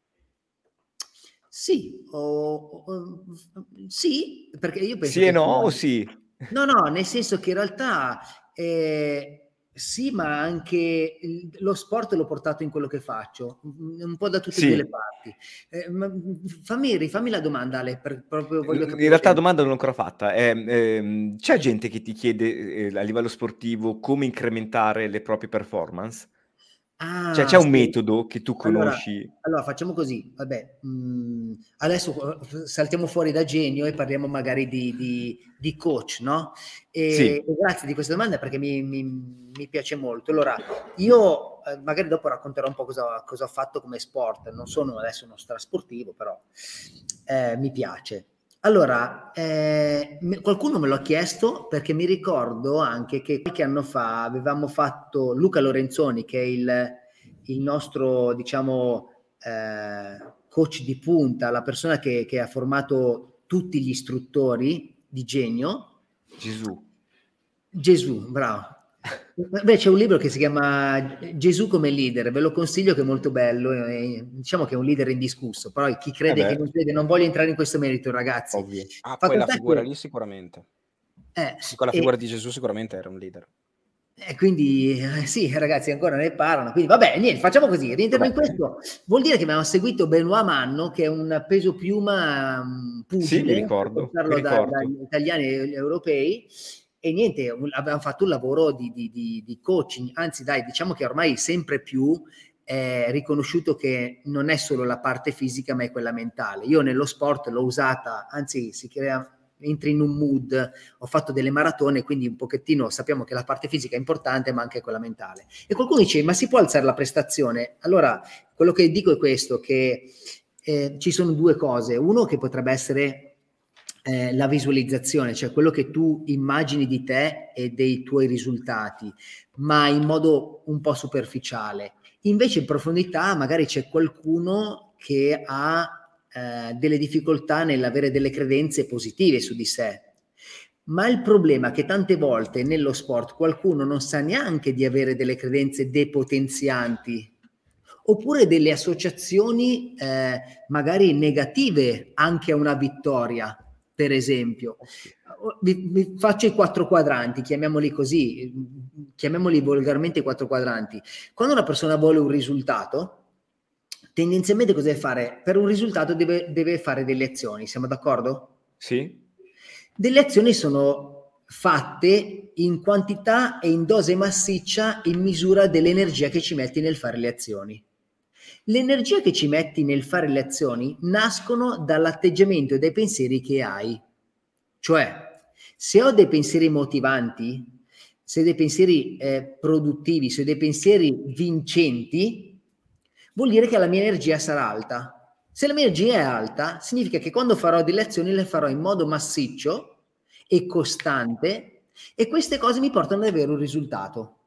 Sì, o, o, sì, perché io penso sì che e no sia... o sì? No, no, nel senso che in realtà eh, sì, ma anche il, lo sport l'ho portato in quello che faccio, un po' da tutte sì. e due le parti. Eh, ma, fammi, rifammi la domanda, Ale, per, proprio voglio capire. In realtà la domanda non l'ho ancora fatta. Eh, eh, c'è gente che ti chiede eh, a livello sportivo come incrementare le proprie performance? Ah, cioè c'è un sì. metodo che tu conosci? Allora, allora facciamo così, vabbè, mh, adesso saltiamo fuori da genio e parliamo magari di, di, di coach, no? E, sì. e grazie di questa domanda perché mi, mi, mi piace molto. Allora, io eh, magari dopo racconterò un po' cosa, cosa ho fatto come sport, non sono adesso uno strasportivo, però eh, mi piace. Allora, eh, qualcuno me l'ha chiesto perché mi ricordo anche che qualche anno fa avevamo fatto Luca Lorenzoni, che è il, il nostro, diciamo, eh, coach di punta, la persona che, che ha formato tutti gli istruttori di Genio. Gesù. Gesù, bravo. Beh, c'è un libro che si chiama Gesù come leader, ve lo consiglio, che è molto bello, e diciamo che è un leader indiscusso, però chi crede, eh chi non crede, non voglio entrare in questo merito, ragazzi. Ovvio. Ah, quella figura che... lì sicuramente. Eh, quella figura e... di Gesù sicuramente era un leader. E quindi eh, sì, ragazzi, ancora ne parlano. Quindi vabbè, niente, facciamo così. Rientriamo in questo. Vuol dire che abbiamo seguito Benoît Manno, che è un peso piuma um, pugile, sì, mi ricordo, per mi da, ricordo. dagli italiani e europei. E niente, un, abbiamo fatto un lavoro di, di, di, di coaching. Anzi, dai, diciamo che ormai sempre più è riconosciuto che non è solo la parte fisica, ma è quella mentale. Io nello sport l'ho usata, anzi, si crea... entri in un mood, ho fatto delle maratone, quindi un pochettino sappiamo che la parte fisica è importante, ma anche quella mentale. E qualcuno dice, ma si può alzare la prestazione? Allora, quello che dico è questo, che eh, ci sono due cose. Uno che potrebbe essere eh, la visualizzazione, cioè quello che tu immagini di te e dei tuoi risultati, ma in modo un po' superficiale. Invece in profondità magari c'è qualcuno che ha Eh, delle difficoltà nell'avere delle credenze positive su di sé. Ma il problema è che tante volte nello sport qualcuno non sa neanche di avere delle credenze depotenzianti, oppure delle associazioni eh, magari negative anche a una vittoria, per esempio. Vi, vi faccio i quattro quadranti, chiamiamoli così, chiamiamoli volgarmente i quattro quadranti. Quando una persona vuole un risultato, tendenzialmente cosa deve fare? Per un risultato deve, deve fare delle azioni, siamo d'accordo? Sì. Delle azioni sono fatte in quantità e in dose massiccia in misura dell'energia che ci metti nel fare le azioni. L'energia che ci metti nel fare le azioni nascono dall'atteggiamento e dai pensieri che hai. Cioè, se ho dei pensieri motivanti, se ho dei pensieri eh, produttivi, se ho dei pensieri vincenti, vuol dire che la mia energia sarà alta. Se la mia energia è alta, significa che quando farò delle azioni le farò in modo massiccio e costante, e queste cose mi portano ad avere un risultato.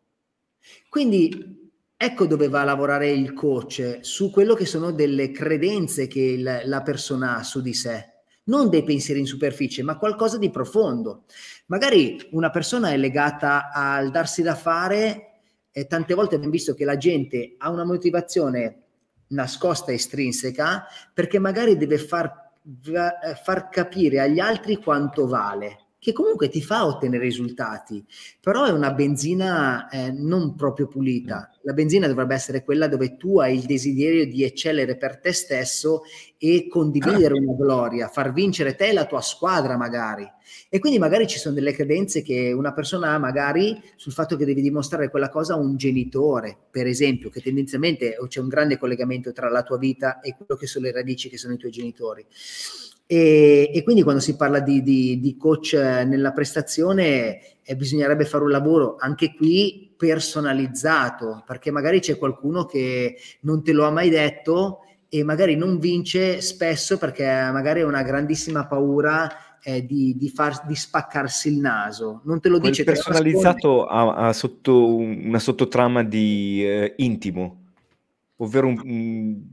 Quindi ecco dove va a lavorare il coach, su quello che sono delle credenze che il, la persona ha su di sé. Non dei pensieri in superficie, ma qualcosa di profondo. Magari una persona è legata al darsi da fare. E tante volte abbiamo visto che la gente ha una motivazione nascosta estrinseca perché magari deve far, far capire agli altri quanto vale, che comunque ti fa ottenere risultati, però è una benzina eh, non proprio pulita. La benzina dovrebbe essere quella dove tu hai il desiderio di eccellere per te stesso e condividere una gloria, far vincere te e la tua squadra magari. E quindi magari ci sono delle credenze che una persona ha magari sul fatto che devi dimostrare quella cosa a un genitore, per esempio, che tendenzialmente c'è un grande collegamento tra la tua vita e quello che sono le radici che sono i tuoi genitori. E, e quindi quando si parla di, di, di coach nella prestazione eh, bisognerebbe fare un lavoro anche qui personalizzato, perché magari c'è qualcuno che non te lo ha mai detto e magari non vince spesso perché magari ha una grandissima paura eh, di, di, far, di spaccarsi il naso. Non te lo Quel dice. personalizzato ha, ha sotto una sottotrama di eh, intimo, ovvero un, un,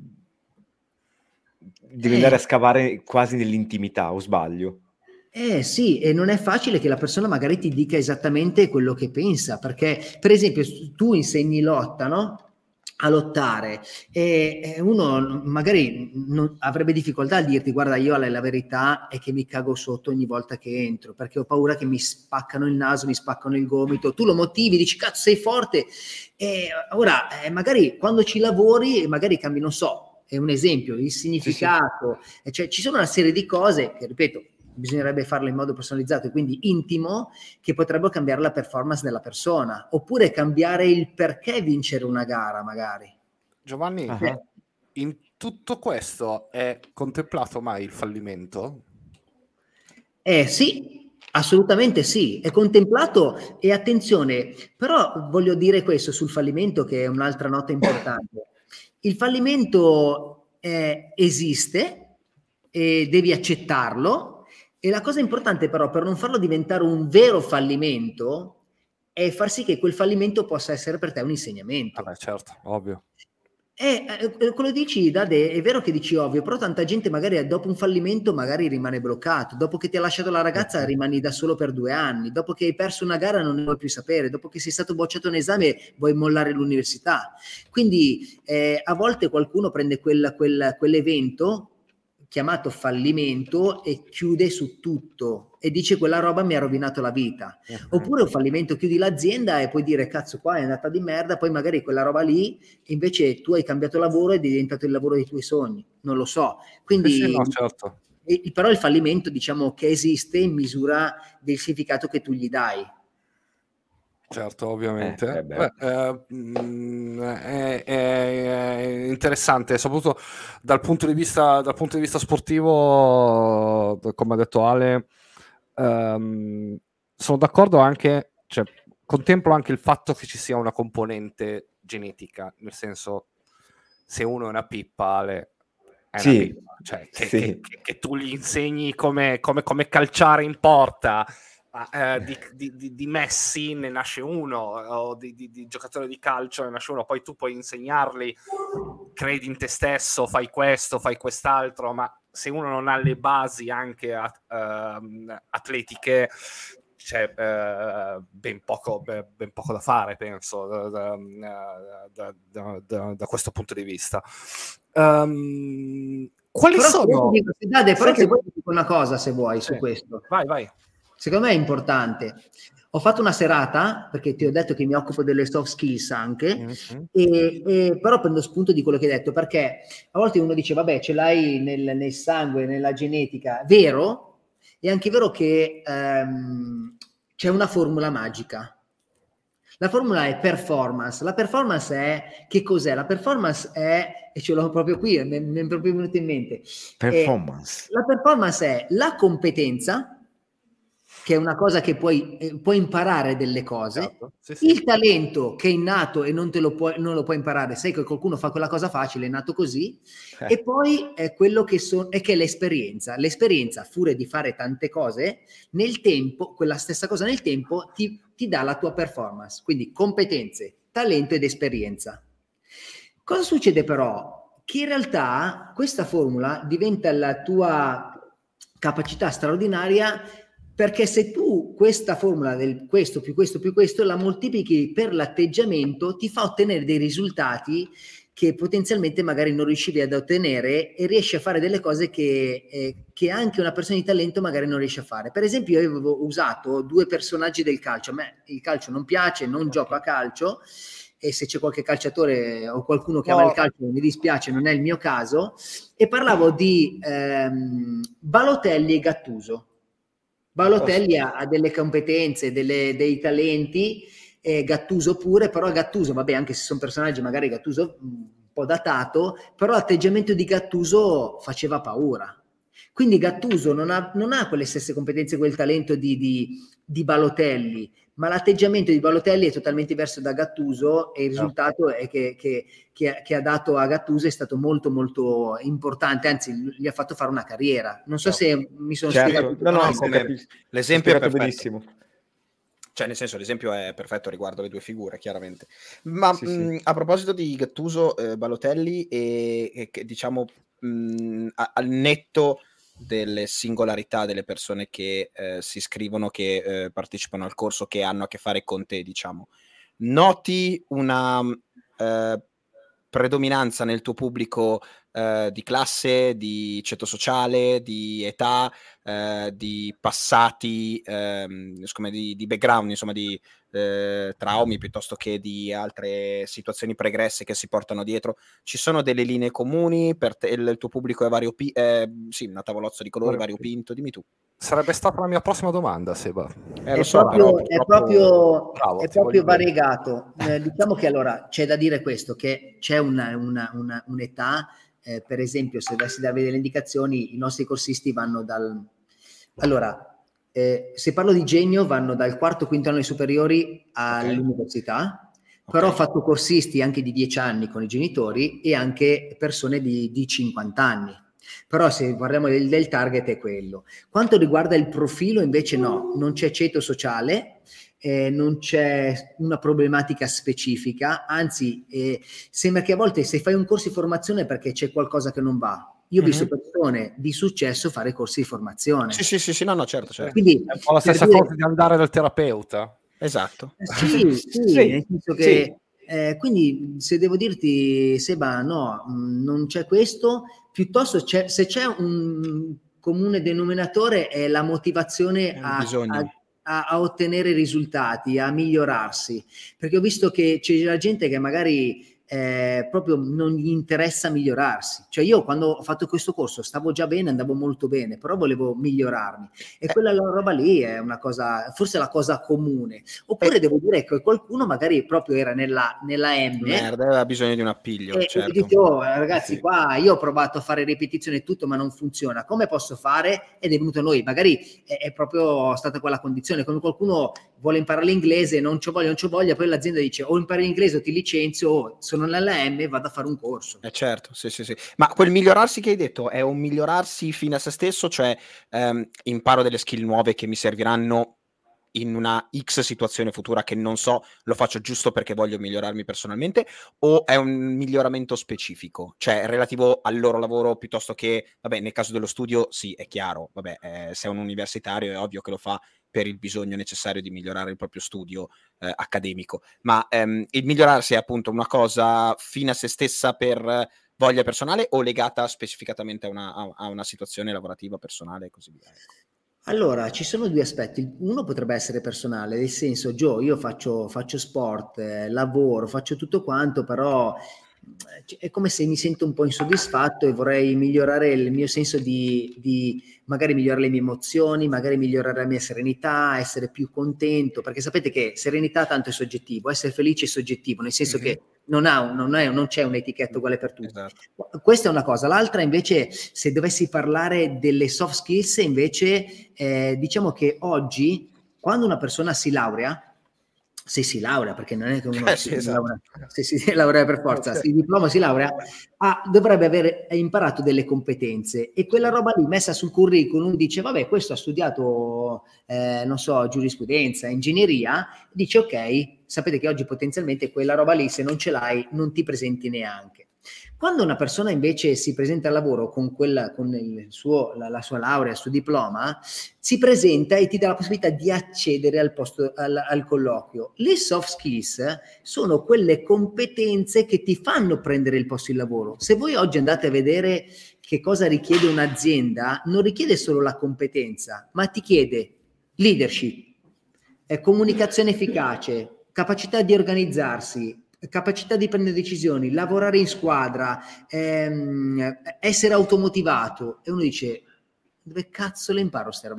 devi eh. andare a scavare quasi nell'intimità, o sbaglio? Eh sì, e non è facile che la persona magari ti dica esattamente quello che pensa, perché per esempio tu insegni lotta, no? A lottare e uno magari non, avrebbe difficoltà a dirti guarda io la verità è che mi cago sotto ogni volta che entro perché ho paura che mi spaccano il naso, mi spaccano il gomito, tu lo motivi, dici cazzo sei forte e ora eh, magari quando ci lavori magari cambi, non so, è un esempio, il significato, sì, sì. Cioè ci sono una serie di cose che ripeto bisognerebbe farlo in modo personalizzato e quindi intimo, che potrebbero cambiare la performance della persona, oppure cambiare il perché vincere una gara magari. Giovanni, uh-huh. in tutto questo è contemplato mai il fallimento? Eh sì, assolutamente sì, è contemplato e attenzione, però voglio dire questo sul fallimento che è un'altra nota importante. Il fallimento eh, esiste e devi accettarlo. E la cosa importante però per non farlo diventare un vero fallimento è far sì che quel fallimento possa essere per te un insegnamento. Vabbè, certo, ovvio. E eh, quello dici, Dade, è vero che dici ovvio, però tanta gente magari dopo un fallimento magari rimane bloccato, dopo che ti ha lasciato la ragazza okay. rimani da solo per due anni, dopo che hai perso una gara non ne vuoi più sapere, dopo che sei stato bocciato un esame vuoi mollare l'università. Quindi eh, a volte qualcuno prende quel, quel, quell'evento chiamato fallimento e chiude su tutto e dice quella roba mi ha rovinato la vita. Uh-huh. Oppure un fallimento, chiudi l'azienda e puoi dire cazzo qua è andata di merda, poi magari quella roba lì invece tu hai cambiato lavoro ed è diventato il lavoro dei tuoi sogni, non lo so. Quindi sì, sì, no, certo. e, però il fallimento diciamo che esiste in misura del significato che tu gli dai. Certo, ovviamente. Eh, beh, eh, mh, è, è, è interessante, soprattutto dal punto di vista, dal punto di vista sportivo, come ha detto Ale, ehm, sono d'accordo anche, cioè, contemplo anche il fatto che ci sia una componente genetica, nel senso, se uno è una pippa, Ale, è sì, una pippa, cioè, che, sì. che, che, che tu gli insegni come, come, come calciare in porta. Uh, di, di, di Messi ne nasce uno, o di, di, di giocatore di calcio ne nasce uno, poi tu puoi insegnarli, credi in te stesso, fai questo, fai quest'altro, ma se uno non ha le basi anche at, uh, atletiche c'è uh, ben, poco, ben poco da fare, penso, da, da, da, da, da questo punto di vista. Um, quali però sono? Dico, se date, però se vuoi dico una cosa se vuoi sì. su questo. Vai, vai. Secondo me è importante. Ho fatto una serata, perché ti ho detto che mi occupo delle soft skills anche, mm-hmm. e, e, però prendo spunto di quello che hai detto, perché a volte uno dice, vabbè, ce l'hai nel, nel sangue, nella genetica. Vero? È anche vero che ehm, c'è una formula magica. La formula è performance. La performance è, che cos'è? La performance è, e ce l'ho proprio qui, mi è proprio venuto in mente. Performance. È, la performance è la competenza, che è una cosa che puoi, eh, puoi imparare delle cose, certo, sì, sì. Il talento che è innato e non te lo puoi, non lo puoi imparare, sai che qualcuno fa quella cosa facile, è nato così, eh. E poi è quello che, so, è che è l'esperienza. L'esperienza, a furia di fare tante cose, nel tempo, quella stessa cosa nel tempo, ti, ti dà la tua performance, quindi competenze, talento ed esperienza. Cosa succede però? Che in realtà questa formula diventa la tua capacità straordinaria, perché se tu questa formula del questo più questo più questo la moltiplichi per l'atteggiamento, ti fa ottenere dei risultati che potenzialmente magari non riuscivi ad ottenere e riesci a fare delle cose che, eh, che anche una persona di talento magari non riesce a fare. Per esempio io avevo usato due personaggi del calcio, a me il calcio non piace, non gioco a calcio, e se c'è qualche calciatore o qualcuno che no. ama il calcio mi dispiace, non è il mio caso, e parlavo di ehm, Balotelli e Gattuso. Balotelli ha, ha delle competenze, delle, dei talenti, eh, Gattuso pure, però Gattuso, vabbè, anche se sono personaggi, magari Gattuso un po' datato, però l'atteggiamento di Gattuso faceva paura. Quindi Gattuso non ha, non ha quelle stesse competenze, quel talento di, di, di Balotelli, ma l'atteggiamento di Balotelli è totalmente diverso da Gattuso e il risultato è che, che, che, che ha dato a Gattuso è stato molto molto importante, anzi gli ha fatto fare una carriera. Non so certo. se mi sono certo. spiegato. No, no, no, come l'esempio è perfetto. Benissimo. Cioè, nel senso, l'esempio è perfetto riguardo le due figure, chiaramente. Ma sì, mh, sì. a proposito di Gattuso, eh, Balotelli, e, e che, diciamo, mh, a, al netto delle singolarità delle persone che eh, si iscrivono, che eh, partecipano al corso, che hanno a che fare con te, diciamo, noti una eh, predominanza nel tuo pubblico eh, di classe, di ceto sociale, di età, eh, di passati, ehm, insomma, di, di background, insomma, di eh, traumi piuttosto che di altre situazioni pregresse che si portano dietro? Ci sono delle linee comuni per te? Il, il tuo pubblico è variopinto? Eh, sì, una tavolozza di colori variopinto, dimmi tu. Sarebbe stata la mia prossima domanda, Seba. Eh, lo è, so, proprio, però, è proprio, bravo, è proprio variegato. Eh, diciamo che allora c'è da dire questo, che c'è una, una, una, un'età, eh, per esempio, se dovessi darvi delle indicazioni, i nostri corsisti vanno dal... Allora, eh, se parlo di genio, vanno dal quarto quinto anno superiori all'università, okay. Però ho fatto corsisti anche di dieci anni con i genitori e anche persone di, di cinquanta anni. Però se guardiamo del, del target è quello. Quanto riguarda il profilo invece no, non c'è ceto sociale, eh, non c'è una problematica specifica, anzi eh, sembra che a volte se fai un corso di formazione è perché c'è qualcosa che non va. Io ho visto mm-hmm. persone di successo fare corsi di formazione. Sì, sì, sì, sì no, no, certo, certo. Quindi, è un po' la stessa dire... cosa di andare dal terapeuta. Esatto. Eh, sì, sì, sì, nel senso che... Sì. Eh, quindi se devo dirti Seba no, mh, non c'è questo, piuttosto c'è, se c'è un comune denominatore è la motivazione a, a, a, a ottenere risultati, a migliorarsi, perché ho visto che c'è la gente che magari eh, proprio non gli interessa migliorarsi, cioè io quando ho fatto questo corso stavo già bene, andavo molto bene, però volevo migliorarmi e eh. quella roba lì è una cosa, forse la cosa comune, oppure eh. devo dire che qualcuno magari proprio era nella, nella M, merda, aveva bisogno di un appiglio, e, certo. e dice, oh ragazzi sì. qua io ho provato a fare ripetizione e tutto ma non funziona, come posso fare? Ed è venuto a noi, magari è, è proprio stata quella condizione, come qualcuno vuole imparare l'inglese, non ci voglia, non ci voglia, poi l'azienda dice o impari l'inglese o ti licenzio o sono nella M e vado a fare un corso. Eh certo, sì, sì, sì. Ma quel migliorarsi che hai detto è un migliorarsi fino a se stesso, cioè ehm, imparo delle skill nuove che mi serviranno in una X situazione futura che non so, lo faccio giusto perché voglio migliorarmi personalmente, o è un miglioramento specifico, cioè relativo al loro lavoro piuttosto che, vabbè, nel caso dello studio sì, è chiaro, vabbè, eh, se è un universitario è ovvio che lo fa per il bisogno necessario di migliorare il proprio studio eh, accademico, ma ehm, il migliorarsi è appunto una cosa fine a se stessa per voglia personale o legata specificatamente a una, a, a una situazione lavorativa personale e così via? Ecco. Allora, ci sono due aspetti. Uno potrebbe essere personale, nel senso, Gio, io faccio, faccio sport, eh, lavoro, faccio tutto quanto, però è come se mi sento un po' insoddisfatto e vorrei migliorare il mio senso di, di magari migliorare le mie emozioni, magari migliorare la mia serenità, essere più contento, perché sapete che serenità tanto è soggettivo, essere felice è soggettivo, nel senso mm-hmm. che non, ha un, non, è, non c'è un'etichetta uguale per tutti. Esatto. Questa è una cosa. L'altra invece, se dovessi parlare delle soft skills, invece eh, diciamo che oggi quando una persona si laurea, se si laurea, perché non è che uno eh, si, sì, esatto. laurea, se si laurea per forza, si diploma, si laurea, ah, dovrebbe aver imparato delle competenze e quella roba lì messa sul curriculum dice vabbè, questo ha studiato eh, non so, giurisprudenza, ingegneria, dice ok, sapete che oggi potenzialmente quella roba lì se non ce l'hai non ti presenti neanche. Quando una persona invece si presenta al lavoro con, quella, con il suo, la, la sua laurea, il suo diploma, si presenta e ti dà la possibilità di accedere al, posto, al, al colloquio. Le soft skills sono quelle competenze che ti fanno prendere il posto di lavoro. Se voi oggi andate a vedere che cosa richiede un'azienda, non richiede solo la competenza, ma ti chiede leadership, eh, comunicazione efficace, capacità di organizzarsi, capacità di prendere decisioni, lavorare in squadra, ehm, essere automotivato. E uno dice, dove cazzo le imparo queste robe qua?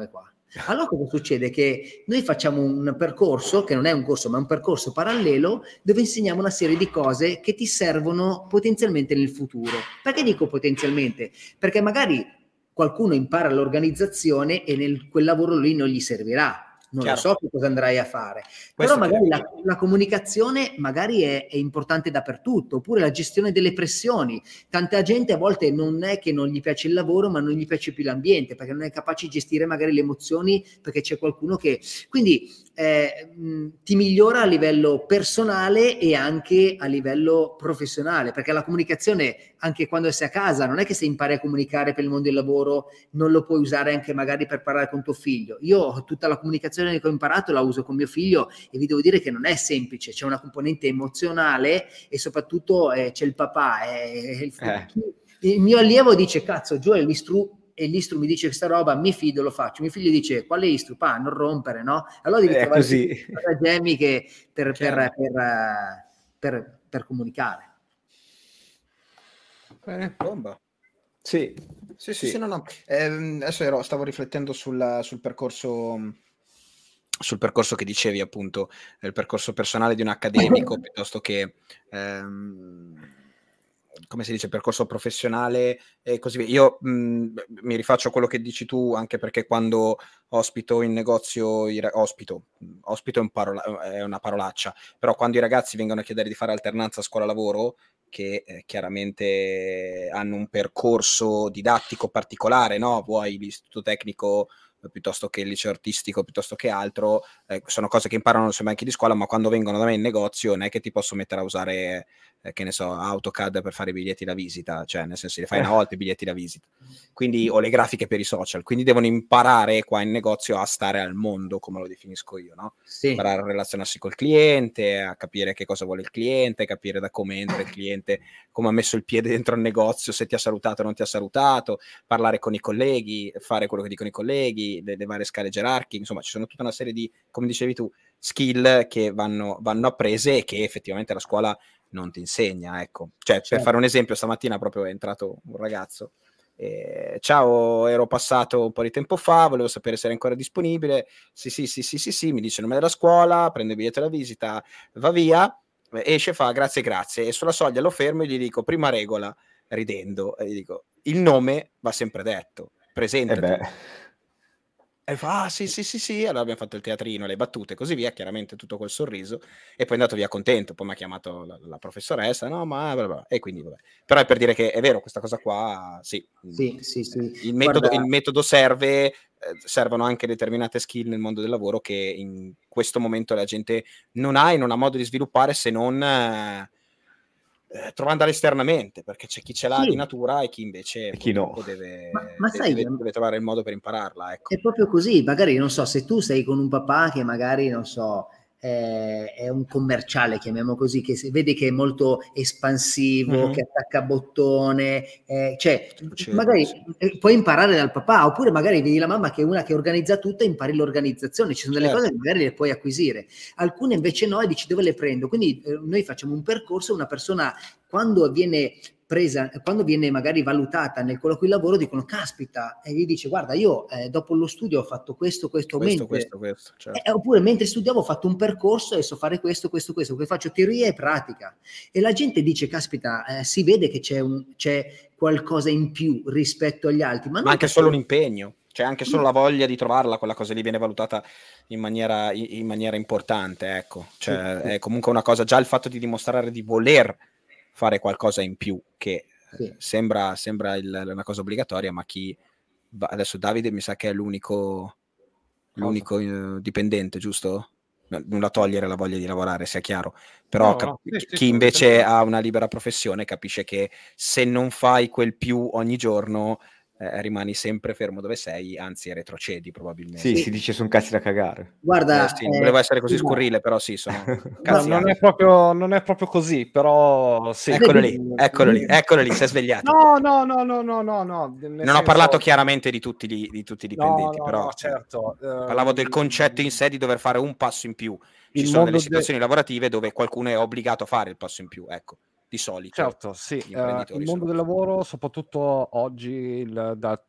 Allora cosa succede? Che noi facciamo un percorso, che non è un corso, ma è un percorso parallelo, dove insegniamo una serie di cose che ti servono potenzialmente nel futuro. Perché dico potenzialmente? Perché magari qualcuno impara l'organizzazione e nel quel lavoro lì non gli servirà. Non Chiaro. Lo so che cosa andrai a fare, questo però magari la, la comunicazione magari è, è importante dappertutto, oppure la gestione delle pressioni. Tanta gente a volte non è che non gli piace il lavoro, ma non gli piace più l'ambiente, perché non è capace di gestire magari le emozioni, perché c'è qualcuno che... Quindi eh, mh, ti migliora a livello personale e anche a livello professionale, perché la comunicazione, anche quando sei a casa, non è che se impari a comunicare per il mondo del lavoro non lo puoi usare anche magari per parlare con tuo figlio. Io tutta la comunicazione che ho imparato la uso con mio figlio e vi devo dire che non è semplice, c'è una componente emozionale e soprattutto eh, c'è il papà eh, il, eh. il mio allievo dice cazzo Gio è l'istru e l'istru mi dice questa roba, mi fido, lo faccio. Mio figlio dice quale istru? Pa, non rompere, no? Allora devi è trovare così. gemi che per, per, per, per, per, per comunicare. Bene, bomba. Sì, sì, sì, sì, no, no. Eh, adesso ero, stavo riflettendo sul, sul percorso sul percorso che dicevi, appunto, il percorso personale di un accademico piuttosto che ehm, come si dice, percorso professionale e così via. Io mh, mi rifaccio a quello che dici tu, anche perché quando ospito in negozio, i, ospito, ospito è, un parola, è una parolaccia, però quando i ragazzi vengono a chiedere di fare alternanza scuola-lavoro, che eh, chiaramente hanno un percorso didattico particolare, no? Vuoi l'istituto tecnico piuttosto che il liceo artistico, piuttosto che altro, eh, sono cose che imparano sui banchi di scuola, ma quando vengono da me in negozio non è che ti posso mettere a usare, eh, che ne so, AutoCAD per fare i biglietti da visita, cioè nel senso li fai una volta i biglietti da visita, quindi, o le grafiche per i social, quindi devono imparare qua in negozio a stare al mondo, come lo definisco io, no? Sì. Imparare a relazionarsi col cliente, a capire che cosa vuole il cliente, capire da come entra il cliente, come ha messo il piede dentro il negozio, se ti ha salutato o non ti ha salutato, parlare con i colleghi, fare quello che dicono i colleghi, Le, le varie scale gerarchiche, insomma ci sono tutta una serie di, come dicevi tu, skill che vanno, vanno apprese e che effettivamente la scuola non ti insegna, ecco. Cioè, certo. Per fare un esempio, stamattina proprio è entrato un ragazzo, eh, ciao, ero passato un po' di tempo fa, volevo sapere se era ancora disponibile, sì sì sì sì sì, sì. Mi dice il nome della scuola, prende il biglietto della visita, va via, esce, fa grazie grazie, e sulla soglia lo fermo e gli dico, prima regola, ridendo, e gli dico, il nome va sempre detto, presentati. Eh beh. E fa, ah, sì, sì, sì, sì, allora abbiamo fatto il teatrino, le battute, così via, chiaramente tutto quel sorriso, e poi è andato via contento, poi mi ha chiamato la, la professoressa, no, ma bla bla, e quindi vabbè. Però è per dire che è vero, questa cosa qua, sì, sì, sì, sì. Il, metodo, il metodo serve, eh, servono anche determinate skill nel mondo del lavoro che in questo momento la gente non ha e non ha modo di sviluppare se non... Eh, Eh, trovandole esternamente, perché c'è chi ce l'ha sì. di natura e chi invece e chi no. deve, ma, ma deve, sai, deve, deve trovare il modo per impararla, ecco. È proprio così, magari non so, se tu sei con un papà che magari non so è, è un commerciale, chiamiamo così, che si vede che è molto espansivo, mm-hmm. che attacca bottone, eh, cioè Succede, magari sì. puoi imparare dal papà, oppure magari vedi la mamma che è una che organizza tutto e impari l'organizzazione, ci sono certo. delle cose che magari le puoi acquisire, alcune invece no e dici dove le prendo, quindi eh, noi facciamo un percorso, una persona quando viene presa, quando viene magari valutata nel colloquio di lavoro dicono caspita, e gli dice guarda io eh, dopo lo studio ho fatto questo, questo, questo, mentre, questo, questo certo. eh, oppure mentre studiavo ho fatto un percorso e so fare questo, questo, questo, che faccio teoria e pratica, e la gente dice caspita, eh, si vede che c'è, un, c'è qualcosa in più rispetto agli altri, ma, ma anche solo un impegno, cioè anche solo la voglia di trovarla, quella cosa lì viene valutata in maniera, in maniera importante, ecco, cioè sì, sì. È comunque una cosa, già il fatto di dimostrare di voler fare qualcosa in più, che sì. eh, sembra, sembra il, una cosa obbligatoria, ma chi va, adesso Davide mi sa che è l'unico, l'unico uh, dipendente, giusto? Nulla togliere la voglia di lavorare, sia chiaro, però no, cap- no, sì, chi sì, invece ha una libera professione capisce che se non fai quel più ogni giorno eh, rimani sempre fermo dove sei, anzi retrocedi probabilmente. Sì, sì. Si dice sono cazzi da cagare. Guarda, eh, sì, non volevo essere così scurrile, però sì, sono cazzi. No, non è proprio, non è proprio così, però sì. Eccolo lì, eccolo lì, eccolo lì, si è svegliato. No, no, no, no, no, no, no. Non senso... ho parlato chiaramente di tutti, gli, di tutti i dipendenti, no, no, però no, certo. Parlavo uh, del concetto in sé di dover fare un passo in più. Ci sono delle situazioni de... lavorative dove qualcuno è obbligato a fare il passo in più, ecco, di solito. Certo, sì. Uh, il mondo del lavoro, soprattutto oggi, il, da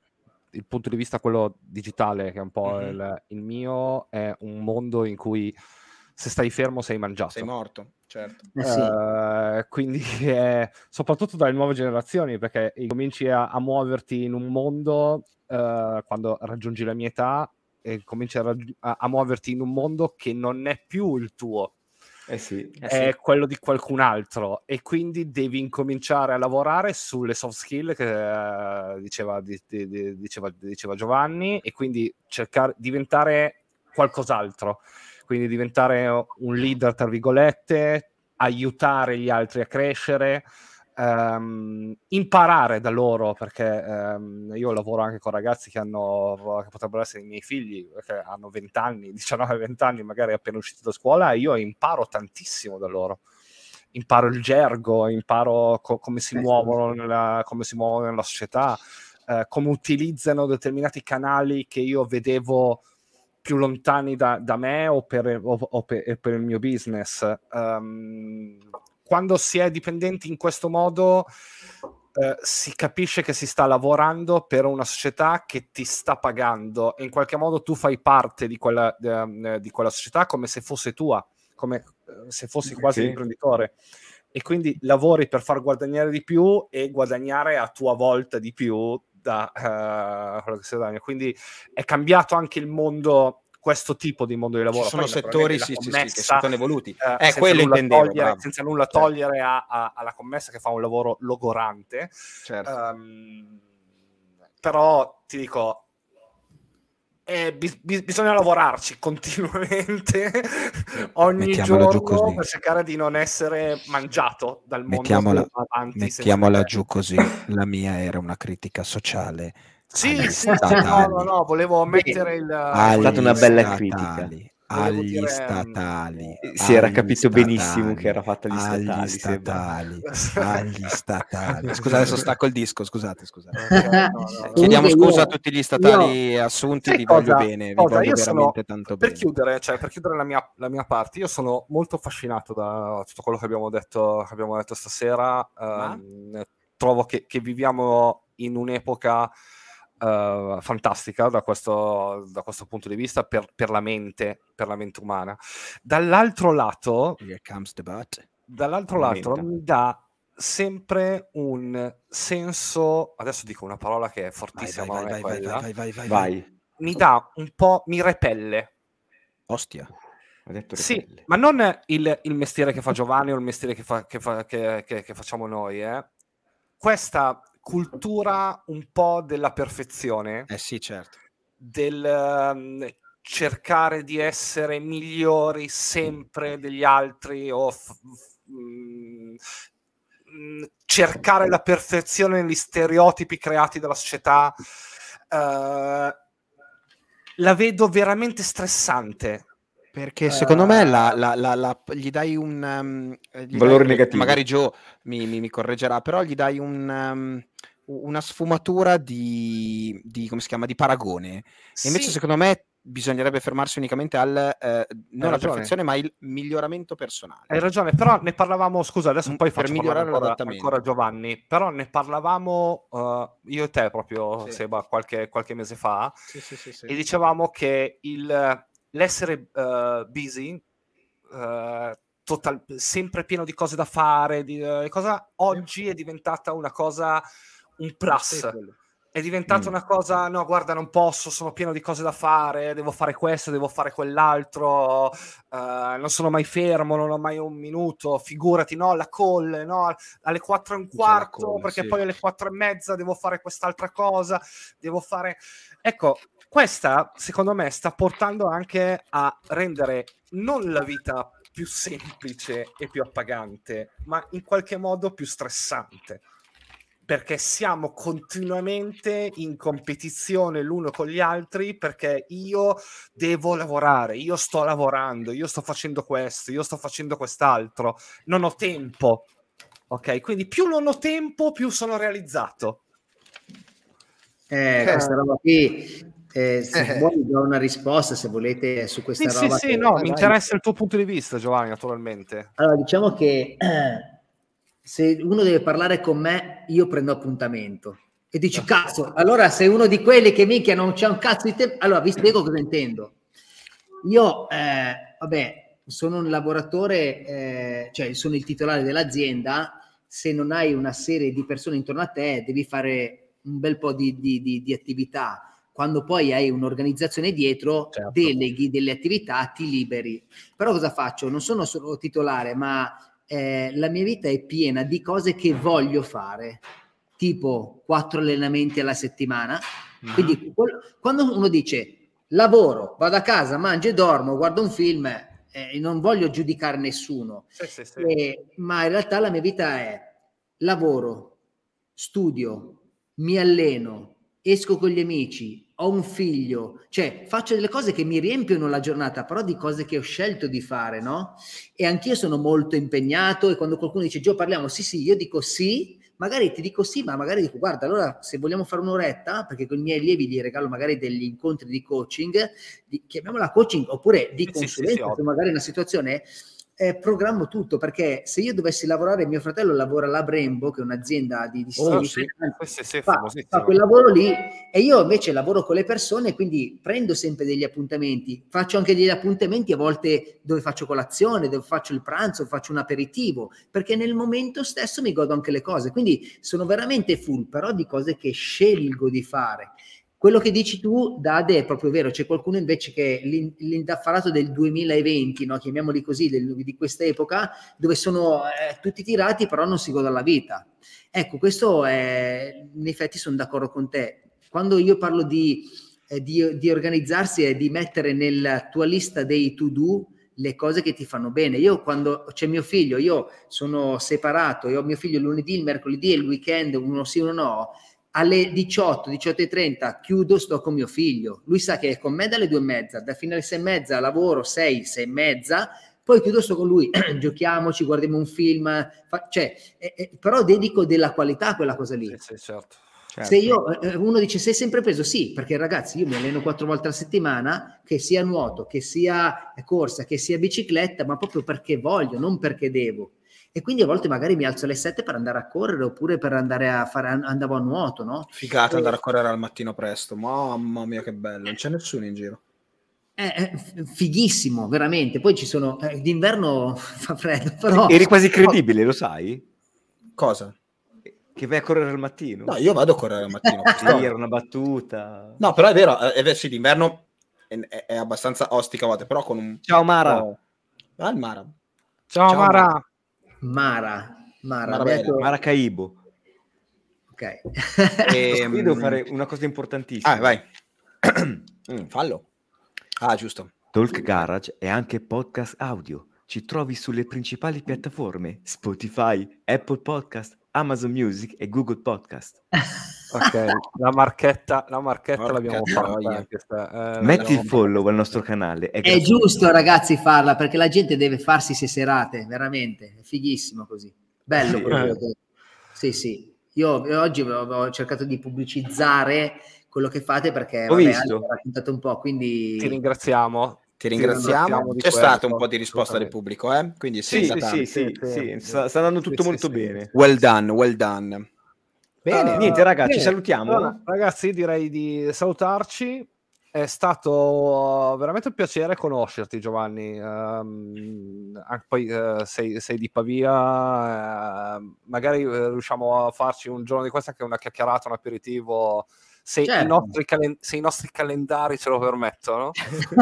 il punto di vista quello digitale, che è un po' Mhm. il, il mio, è un mondo in cui se stai fermo sei mangiato. Sei morto, certo. Eh sì. Uh, quindi eh, soprattutto dalle nuove generazioni, perché cominci a, a muoverti in un mondo uh, quando raggiungi la mia età e cominci a, raggi- a, a muoverti in un mondo che non è più il tuo, Eh sì. Eh è sì. quello di qualcun altro, e quindi devi incominciare a lavorare sulle soft skill che uh, diceva, di, di, di, diceva, diceva Giovanni, e quindi cercare di diventare qualcos'altro, quindi diventare un leader tra virgolette, aiutare gli altri a crescere, um, imparare da loro, perché um, io lavoro anche con ragazzi che hanno, che potrebbero essere i miei figli, che hanno venti anni, diciannove venti anni, magari appena usciti da scuola, e io imparo tantissimo da loro. Imparo il gergo, imparo co- come si muovono nella, come si muovono nella società, eh, come utilizzano determinati canali che io vedevo più lontani da, da me o per, o, o per, per il mio business. Um, quando si è dipendenti in questo modo, eh, si capisce che si sta lavorando per una società che ti sta pagando, e in qualche modo tu fai parte di quella, eh, di quella società come se fosse tua, come eh, se fossi quasi Sì. l'imprenditore, e quindi lavori per far guadagnare di più e guadagnare a tua volta di più da uh, quello che si guadagna. Quindi è cambiato anche il mondo, questo tipo di mondo di lavoro. Ci sono Poi, settori la sì, sì, commessa, sì, che si sono evoluti. Uh, Eh, quello nulla intendevo, togliere, bravo. senza nulla togliere certo. a, a, alla commessa, che fa un lavoro logorante. Certo. Um, però ti dico, eh, bis- bis- bisogna lavorarci continuamente ogni Mettiamola giù giorno così. per cercare di non essere mangiato dal mondo Mettiamola, che va avanti senza mettiamola di te. giù così. La mia era una critica sociale Sì, agli sì, sì, no, statali. no, no, volevo mettere il... È stata una bella critica. statali, Volevo agli dire, statali, Si era agli capito statali, benissimo che era fatta agli agli statali, sembra. statali, agli statali. Scusa, adesso stacco il disco, scusate, scusate. Okay, no, no, no. Chiediamo Comunque scusa io- a tutti gli statali io- assunti, Sai vi cosa- voglio bene, vi cosa? voglio Io sono- veramente tanto per bene. chiudere, cioè per chiudere la mia, la mia parte, io sono molto affascinato da tutto quello che abbiamo detto, che abbiamo detto stasera. Um, trovo che, che viviamo in un'epoca uh, fantastica da questo, da questo punto di vista, per, per la mente, per la mente umana. Dall'altro lato, Here comes the butt. dall'altro lato mi dà sempre un senso, adesso dico una parola che è fortissima, Vai, ma vai, non è vai, vai, quella, vai, vai, vai, vai. Vai. mi dà un po', mi repelle. Ostia. Ho detto Sì, repelle. ma non il, il mestiere che fa Giovanni o il mestiere che, fa, che, fa, che, che, che facciamo noi, eh. Questa cultura un po' della perfezione, Eh sì, certo. del um, cercare di essere migliori sempre degli altri, o f- f- mh, mh, cercare la perfezione negli stereotipi creati dalla società, uh, la vedo veramente stressante. Perché secondo uh, me la, la, la, la, gli dai un um, gli valore dai, negativo. Magari Joe mi, mi, mi correggerà, però gli dai un, um, una sfumatura di, di come si chiama di paragone. Sì. E invece secondo me bisognerebbe fermarsi unicamente al eh, non la perfezione, ma il miglioramento personale. Hai ragione, però ne parlavamo, scusa, adesso poi per faccio migliorare ancora, l'adattamento. ancora Giovanni, però ne parlavamo uh, io e te proprio, sì. Seba, qualche, qualche mese fa, sì, sì, sì, sì. E dicevamo che il, l'essere uh, busy, uh, total, sempre pieno di cose da fare, di, uh, cosa, oggi è diventata una cosa, un plus. È diventata mm. una cosa, no guarda non posso, sono pieno di cose da fare, devo fare questo, devo fare quell'altro, uh, non sono mai fermo, non ho mai un minuto, figurati, no, la call, no, alle quattro e un quarto, call, perché sì. Poi alle quattro e mezza devo fare quest'altra cosa, devo fare... Ecco, questa secondo me sta portando anche a rendere non la vita più semplice e più appagante, ma in qualche modo più stressante. Perché siamo continuamente in competizione l'uno con gli altri, perché io devo lavorare, io sto lavorando, io sto facendo questo, io sto facendo quest'altro, non ho tempo, ok? Quindi più non ho tempo, più sono realizzato. Eh, eh. Questa roba qui, eh, se eh. vuoi do una risposta se volete su questa sì, roba. Sì, sì, che... no, vai, mi vai. interessa il tuo punto di vista, Giovanni, naturalmente. Allora, diciamo che... Eh, se uno deve parlare con me, io prendo appuntamento. E dici, cazzo, allora sei uno di quelli che minchia non c'è un cazzo di tempo. Allora, vi spiego cosa intendo. Io, eh, vabbè, sono un lavoratore, eh, cioè sono il titolare dell'azienda. Se non hai una serie di persone intorno a te, devi fare un bel po' di, di, di, di attività. Quando poi hai un'organizzazione dietro, certo, deleghi delle attività, ti liberi. Però cosa faccio? Non sono solo titolare, ma eh, la mia vita è piena di cose che voglio fare. Tipo quattro allenamenti alla settimana. Mm-hmm. Quindi quando uno dice lavoro, vado a casa, mangio e dormo, guardo un film, eh, non voglio giudicare nessuno, sì, sì, sì. Eh, ma in realtà la mia vita è lavoro, studio, mi alleno, esco con gli amici, ho un figlio, cioè faccio delle cose che mi riempiono la giornata, però di cose che ho scelto di fare, no? E anch'io sono molto impegnato, e quando qualcuno dice Gio parliamo, sì sì, io dico sì. Magari ti dico sì, ma magari dico guarda, allora se vogliamo fare un'oretta, perché con i miei allievi gli regalo magari degli incontri di coaching, di, chiamiamola coaching, oppure di consulenza, sì, sì, sì, magari una situazione, eh, programmo tutto, perché se io dovessi lavorare, mio fratello lavora alla Brembo, che è un'azienda di, di oh, sì. sì, sì, fa, fa quel lavoro lì, e io invece lavoro con le persone, quindi prendo sempre degli appuntamenti, faccio anche degli appuntamenti a volte dove faccio colazione, dove faccio il pranzo, faccio un aperitivo, perché nel momento stesso mi godo anche le cose, quindi sono veramente full, però di cose che scelgo di fare. Quello che dici tu, Dade, è proprio vero. C'è qualcuno invece che l'indaffarato del duemilaventi, no? Chiamiamoli così, del, di questa epoca, dove sono eh, tutti tirati, però non si godono la vita. Ecco, questo è, in effetti sono d'accordo con te. Quando io parlo di, eh, di, di organizzarsi e di mettere nella tua lista dei to-do le cose che ti fanno bene. Io quando c'è mio figlio, io sono separato, io ho mio figlio il lunedì, il mercoledì e il weekend, uno sì, uno no. Alle diciotto, diciotto e trenta chiudo, sto con mio figlio. Lui sa che è con me dalle due e mezza, da fino alle sei e mezza lavoro, sei, sei e mezza, poi chiudo, sto con lui, giochiamo, ci guardiamo un film, fa, cioè, eh, eh, però dedico della qualità a quella cosa lì. Sì, sì, certo. Certo. Se io, eh, uno dice sei sempre preso, sì, perché ragazzi io mi alleno quattro volte a settimana, che sia nuoto, che sia corsa, che sia bicicletta, ma proprio perché voglio, non perché devo. E quindi a volte magari mi alzo alle sette per andare a correre, oppure per andare a fare, andavo a nuoto, no? Figata e... andare a correre al mattino presto, mamma mia che bello, non c'è nessuno in giro. È, è fighissimo, veramente. Poi ci sono, eh, d'inverno fa freddo, però... Eri quasi credibile, lo sai? Cosa? Che vai a correre al mattino? No, io vado a correre al mattino. Sì, era una battuta. No, però è vero, è vero, sì, d'inverno è, è abbastanza ostica a volte, però con un... Ciao Mara. Oh. Ah, il Mara. Ciao, Ciao Mara. Mara. Mara. Mara. Mara, detto... Mara Caibo. Ok. E, io devo fare una cosa importantissima. Ah, vai. mm, fallo. Ah, giusto. Talk Garage è anche podcast audio. Ci trovi sulle principali piattaforme Spotify, Apple Podcast, Amazon Music e Google Podcast. Ok, la marchetta, la marchetta Porca l'abbiamo fatta. Questa, eh, Metti il follow al nostro canale. È, è giusto, ragazzi, farla, perché la gente deve farsi se serate, veramente. È fighissimo così. Bello. Sì, quello che... sì, sì. Io oggi ho cercato di pubblicizzare quello che fate, perché ho vabbè, visto. ho raccontato un po', quindi... Ti ringraziamo. Ti ringraziamo, c'è stato un po' di risposta del pubblico, eh? Quindi sì, sì, sì, sì, sì, sta, sta andando tutto sì, molto sì, bene. Sì. Well done, well done. Bene, uh, niente ragazzi, bene. Ci salutiamo. Allora, ragazzi, direi di salutarci. È stato veramente un piacere conoscerti, Giovanni. Um, anche poi uh, sei, sei di Pavia, uh, magari uh, riusciamo a farci un giorno di questa anche una chiacchierata, un aperitivo. Se, certo. i nostri calen- se i nostri calendari ce lo permettono.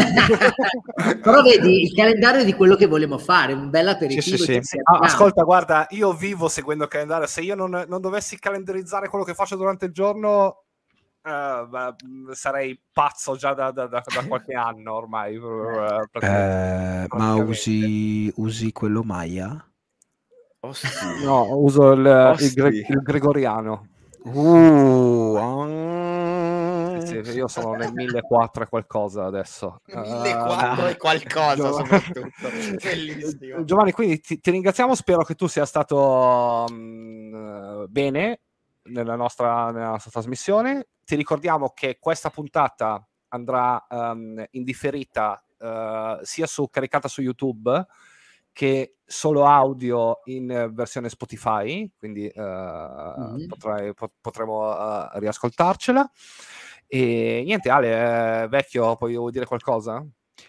Però vedi, il calendario di quello che vogliamo fare, un bel aperitivo. Sì, sì, sì. Ah, ascolta, guarda, io vivo seguendo il calendario. Se io non, non dovessi calendarizzare quello che faccio durante il giorno, uh, beh, sarei pazzo già da, da, da, da qualche anno ormai. Uh, eh, ma usi, usi quello Maya? Oh, sì. No, uso il, oh, il, gre- sì. il gregoriano. Uh, um... sì, sì, io sono nel millequattrocento e qualcosa adesso. millequattrocento uh, e qualcosa, Giovanni. Soprattutto. Bellissimo. Giovanni, quindi ti, ti ringraziamo, spero che tu sia stato um, bene nella nostra, nella nostra trasmissione. Ti ricordiamo che questa puntata andrà um, indifferita uh, sia su, caricata su YouTube che solo audio in versione Spotify, quindi uh, mm-hmm. potrei, pot- potremo uh, riascoltarcela. E niente, Ale, eh, vecchio, puoi dire qualcosa?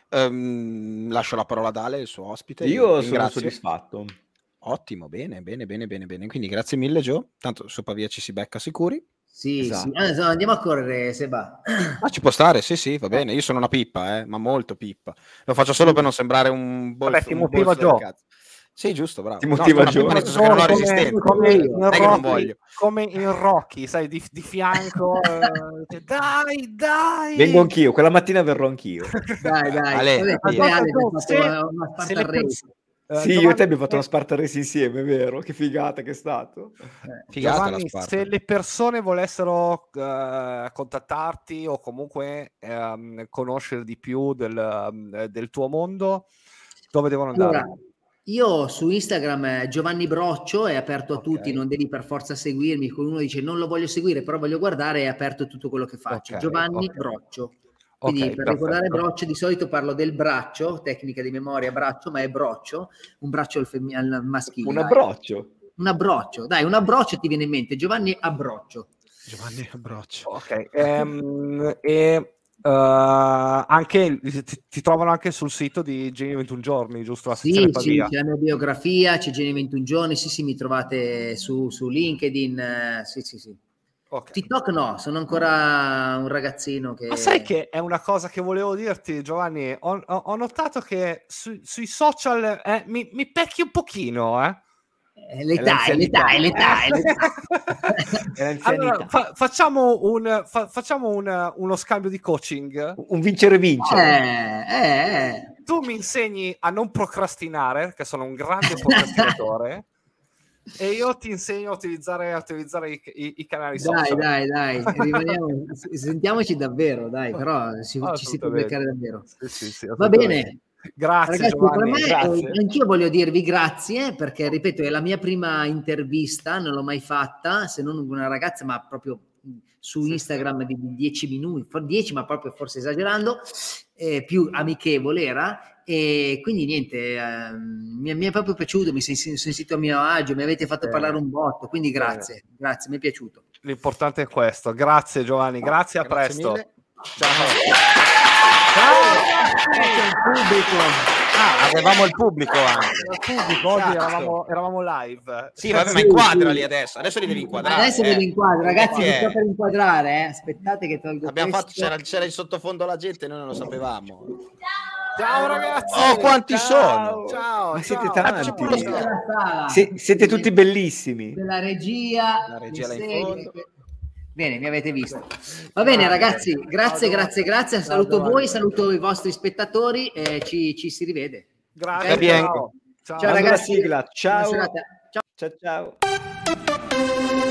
Um, lascio la parola ad Ale, il suo ospite. Io sono soddisfatto. Ottimo, bene, bene, bene, bene, bene. Quindi grazie mille, Gio. Tanto su Pavia ci si becca sicuri. Sì, esatto. sì. Ah, andiamo a correre, Seba. Ah, ci può stare, sì, sì, va bene. Io sono una pippa, eh, ma molto pippa. Lo faccio solo sì. per non sembrare un bolso. Ti motiva Gio. Sì, giusto, bravo. Ti motiva no, Gio. Nel senso che non ho resistenza. Come, come, come, Rocky, non voglio. Come in Rocky, sai, di, di fianco. eh, dai, dai. Vengo anch'io, quella mattina verrò anch'io. Dai, dai. Ale, Vabbè, Ale, Ale, se, una se le pers- Uh, sì, Giovanni, io e te abbiamo fatto una Sparta Race insieme, è vero? Che figata che è stato. Eh, figata Giovanni, la Sparta. Se le persone volessero uh, contattarti o comunque um, conoscere di più del, um, del tuo mondo, dove devono andare? Allora, io su Instagram Giovanni Broccio è aperto a okay. tutti, non devi per forza seguirmi. Uno dice non lo voglio seguire, però voglio guardare, è aperto tutto quello che faccio. Okay, Giovanni okay. Broccio. Quindi okay, per perfetto. Ricordare broccio di solito parlo del braccio, tecnica di memoria braccio, ma è broccio, un braccio al, fem- al maschile. Un abbroccio. Un abbroccio, dai, un abbroccio ti viene in mente, Giovanni Abbroccio. Giovanni Abbroccio. Ok, um, e uh, anche ti, ti trovano anche sul sito di Genio ventuno giorni, giusto? La sì, sì, c'è la mia biografia, c'è Genio ventuno giorni, sì, sì, mi trovate su, su LinkedIn, uh, sì, sì, sì. Okay. TikTok no, sono ancora un ragazzino che... Ma sai che è una cosa che volevo dirti, Giovanni? Ho, ho, ho notato che su, sui social eh, mi, mi pecchi un pochino, eh? Eh, l'età, è l'età, è l'età, è l'età. Allora, fa, facciamo, un, fa, facciamo un, uno scambio di coaching. Un vincere-vincere. Eh, eh, eh. Tu mi insegni a non procrastinare, perché sono un grande procrastinatore. E io ti insegno a utilizzare, a utilizzare i, i, i canali dai, social. Dai, dai, dai, rimaniamo, sentiamoci davvero, dai, però si, ci si può beccare davvero. Sì, sì, sì, va bene. Grazie, ragazzi, Giovanni, per me, grazie. Eh, anch'io voglio dirvi grazie, perché, ripeto, è la mia prima intervista, non l'ho mai fatta, se non una ragazza, ma proprio su sì, Instagram sì. di dieci minuti, dieci, ma proprio forse esagerando, eh, più amichevole era. E quindi niente, ehm, mi, mi è proprio piaciuto, mi sono sentito a mio agio, mi avete fatto eh, parlare un botto, quindi grazie, eh. grazie, mi è piaciuto. L'importante è questo, grazie Giovanni, grazie, a grazie presto. Mille. Ciao. Ciao. Il pubblico. Ah, avevamo il pubblico anche. Il pubblico, oggi eravamo, eravamo live. Sì, vabbè, ma inquadrali adesso, adesso li devi inquadrare. Adesso eh. li inquadro, ragazzi, vi sto per inquadrare, eh. Aspettate che tolgo Abbiamo questo. fatto, c'era, c'era in sottofondo la gente, noi non lo sapevamo. Ciao ragazzi! Oh, quanti ciao. sono! Ciao, ma ciao. siete tanti! Ciao. Se, siete tutti bellissimi! La regia, la regia là in fondo. Bene, mi avete visto. Va bene ragazzi, grazie, grazie, grazie. Saluto voi, saluto i vostri spettatori e ci, ci si rivede. Grazie. Ciao, ciao, ciao ragazzi. Ciao. Ciao ciao.